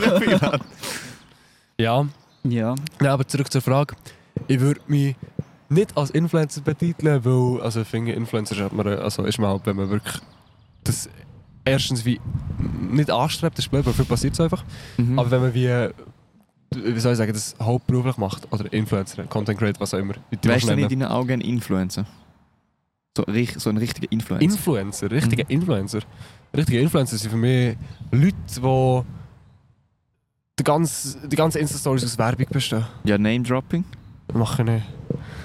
Ja. Ja. Nein, aber zurück zur Frage. Ich würde mich nicht als Influencer betiteln, weil also ich finde, Influencer hat man, also ist man halt, wenn man wirklich das erstens wie nicht anstrebt, das ist blöd, weil viel passiert einfach. Mhm. Aber wenn man wie wie soll ich sagen, das hauptberuflich macht. Oder Influencer, Content Creator, was auch immer. Wer ist denn in deinen Augen ein Influencer? So, so ein richtiger Influencer? Influencer, richtige mhm. Influencer. Richtige Influencer sind für mich Leute, die die ganze, die ganze Insta-Stories aus Werbung bestehen. Ja, Name-Dropping? Mache ich nicht.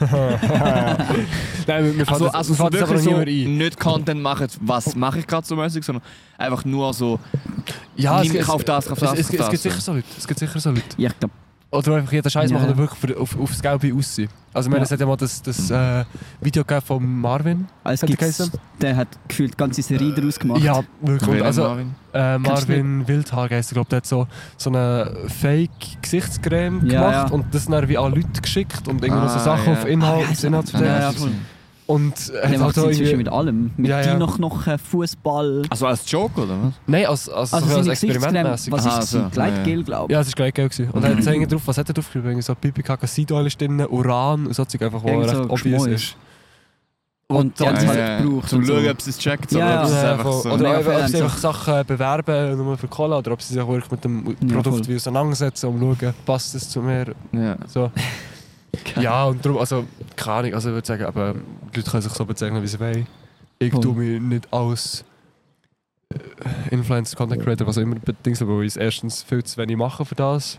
Nein, mir also, fällt also das, so das aber so niemand ein. Nicht Content machen, was mache ich gerade so mäßig, sondern einfach nur so, ja, nimm, es, kauf das, kauf das, es, kauf es, das. Es gibt sicher so Leute. Es gibt sicher so Leute. Ja, ich glaub, Oder einfach jeden Scheiß ja. machen, der wirklich für, auf, aufs Gelbe aussieht. Also ich meine, Ja. es hat ja mal das, das äh, Video gegeben von Marvin. es gibt's, der hat gefühlt ganze Serie daraus gemacht. Ja, wirklich. Wer Also, Marvin? Äh, Marvin Wildhaar heisst er, glaube, der hat so, so eine Fake-Gesichtscreme Ja, gemacht ja. und das dann wie an Leute geschickt und irgendwie Ah, noch so Sachen ja. auf Inhalt, Ah, wie aufs Inhalt heisst er? Ja, ja, verteilt. voll. Und Der er hat macht halt so inzwischen irgendwie... mit allem. Mit Ja, ja. Dino-Knochen, Fußball. Also als Joke, oder was? Nein, als, als, Also so seine als experimentmäßig. Gesichtscreme, was Ah, ist so. das? Gleitgel, glaube ich. Ja, es war gleich geil. gewesen. Und er hat irgendwie drauf, was hat er drauf geschrieben? So Pipi Kaka Sidol ist drin, Uran und so Zeug einfach, was Irgend recht so obvious Geschmäus. ist. Und dann dann halt halt gebraucht. Zum und so. schauen, ob sie es checkt, Ja, oder ob ja. sie es Ja, einfach voll. so... Oder Mega ob sie viel einfach Sachen bewerben, nur für Cola, oder ob sie sich wirklich mit dem Produkt voll. wie auseinandersetzen, um zu schauen, passt es zu mir. Ja. So. Ja, und darum, also, keine Ahnung, also ich würde sagen, aber die Leute können sich so bezeichnen, wie sie wollen. Ich Voll. tue mich nicht als äh, Influencer, Content Creator, was auch immer bedingt, weil ich es erstens viel zu wenig mache für das.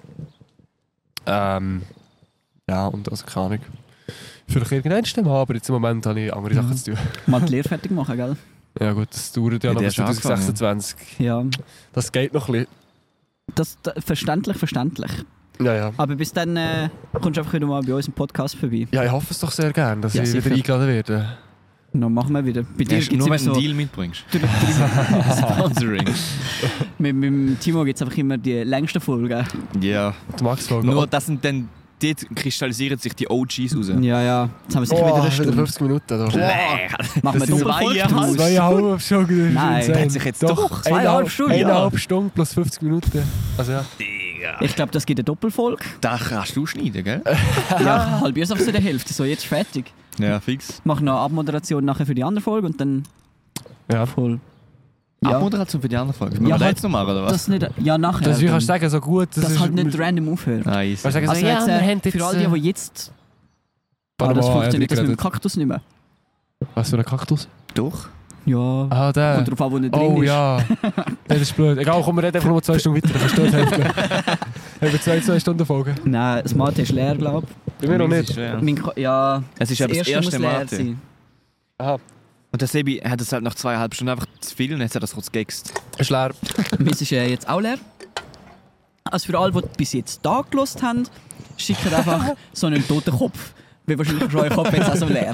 Ähm, ja, und also keine Ahnung. Vielleicht irgendein Stimme haben, aber jetzt im Moment habe ich andere Ja. Sachen zu tun. Mal die Lehre fertig machen, gell? Ja gut, das dauert ja Ja, noch der bis ist zwanzig sechsundzwanzig. Ja. Das geht noch ein bisschen. Das, das, verständlich, verständlich. Ja, ja. Aber bis dann äh, kommst du einfach wieder mal bei uns im Podcast vorbei. Ja, ich hoffe es doch sehr gerne, dass Ja, ich sicher. wieder eingeladen werde. Dann machen wir wieder. Bei dir Erst gibt nur, wenn es du immer einen so... Deal mitbringst. Drei- drei- Sponsoring. mit, mit dem Timo gibt es einfach immer die längsten Folgen. Ja. Die Max-Folge. Nur das sind dann... Dort kristallisieren sich die O Gs raus. Ja, ja. Jetzt haben wir sicher oh, wieder eine wieder Stunde. fünfzig Minuten. Da. Machen wir Das sind Doppelfolge zweieinhalb draus. Zweieinhalb schon wieder. Nein, insane. hat sich jetzt doch zweieinhalb Stunden, ja. Eineinhalb Stunden plus fünfzig Minuten. Also ja. Ich glaube, das gibt eine Doppelfolge. Das kannst du schneiden, gell? Ja, halbier es auf so der Hälfte. So, jetzt ist fertig. Ja, fix. Mach noch eine Abmoderation nachher für die andere Folge und dann Ja. voll. Ja. Ja, Abmoderation für die andere Folge. Müssen Ja, wir das halt- jetzt noch machen, oder was? das nicht... Ja, nachher. Das, wie dann. kannst du sagen, so gut. Das, Das ist halt nicht random aufhört. Ah, easy. Weißt du, Also ja, jetzt, wir äh, haben jetzt, für all die, die jetzt... Panama Aber das funktioniert das mit dem eingeredet. Kaktus nicht mehr. Was für ein Kaktus? Doch. Ja. Ah, der. Kommt drauf an, wo nicht drin Oh ist. ja. Nee, das ist blöd. Egal, komm, wir reden einfach nur zwei Stunden weiter. Dann kannst du dort helfen. Haben wir zwei, zwei Stunden Folgen? Nein, das Mate ist leer, glaube Bei mir noch Meins nicht. ist leer. ich. Mein Ka- ja, Es ist aber das erste erste muss leer Mate. sein. Aha. Und der Sebi hat es halt nach zweieinhalb Stunden einfach zu viel und jetzt hat er das kurz gegext. Ist leer. Meins ist äh, jetzt auch leer. Also für alle, die bis jetzt da gelost haben, schickt einfach so einen toten Kopf. Weil wahrscheinlich ist euer Kopf jetzt auch so leer.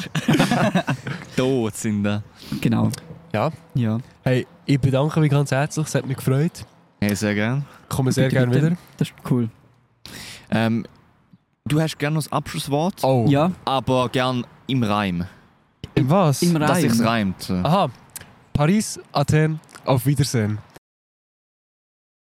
Tot sind da. Genau. Ja. Ja. Hey, ich bedanke mich ganz herzlich. Es hat mich gefreut. Ja, sehr gern. Ich komme sehr Bitte, gerne bitte. wieder. Das ist cool. Ähm, du hast gerne noch das Abschlusswort, Oh. Ja, aber gern im Reim. Was? im Dass Reim. sich's reimt. Aha. Paris, Athen, auf Wiedersehen.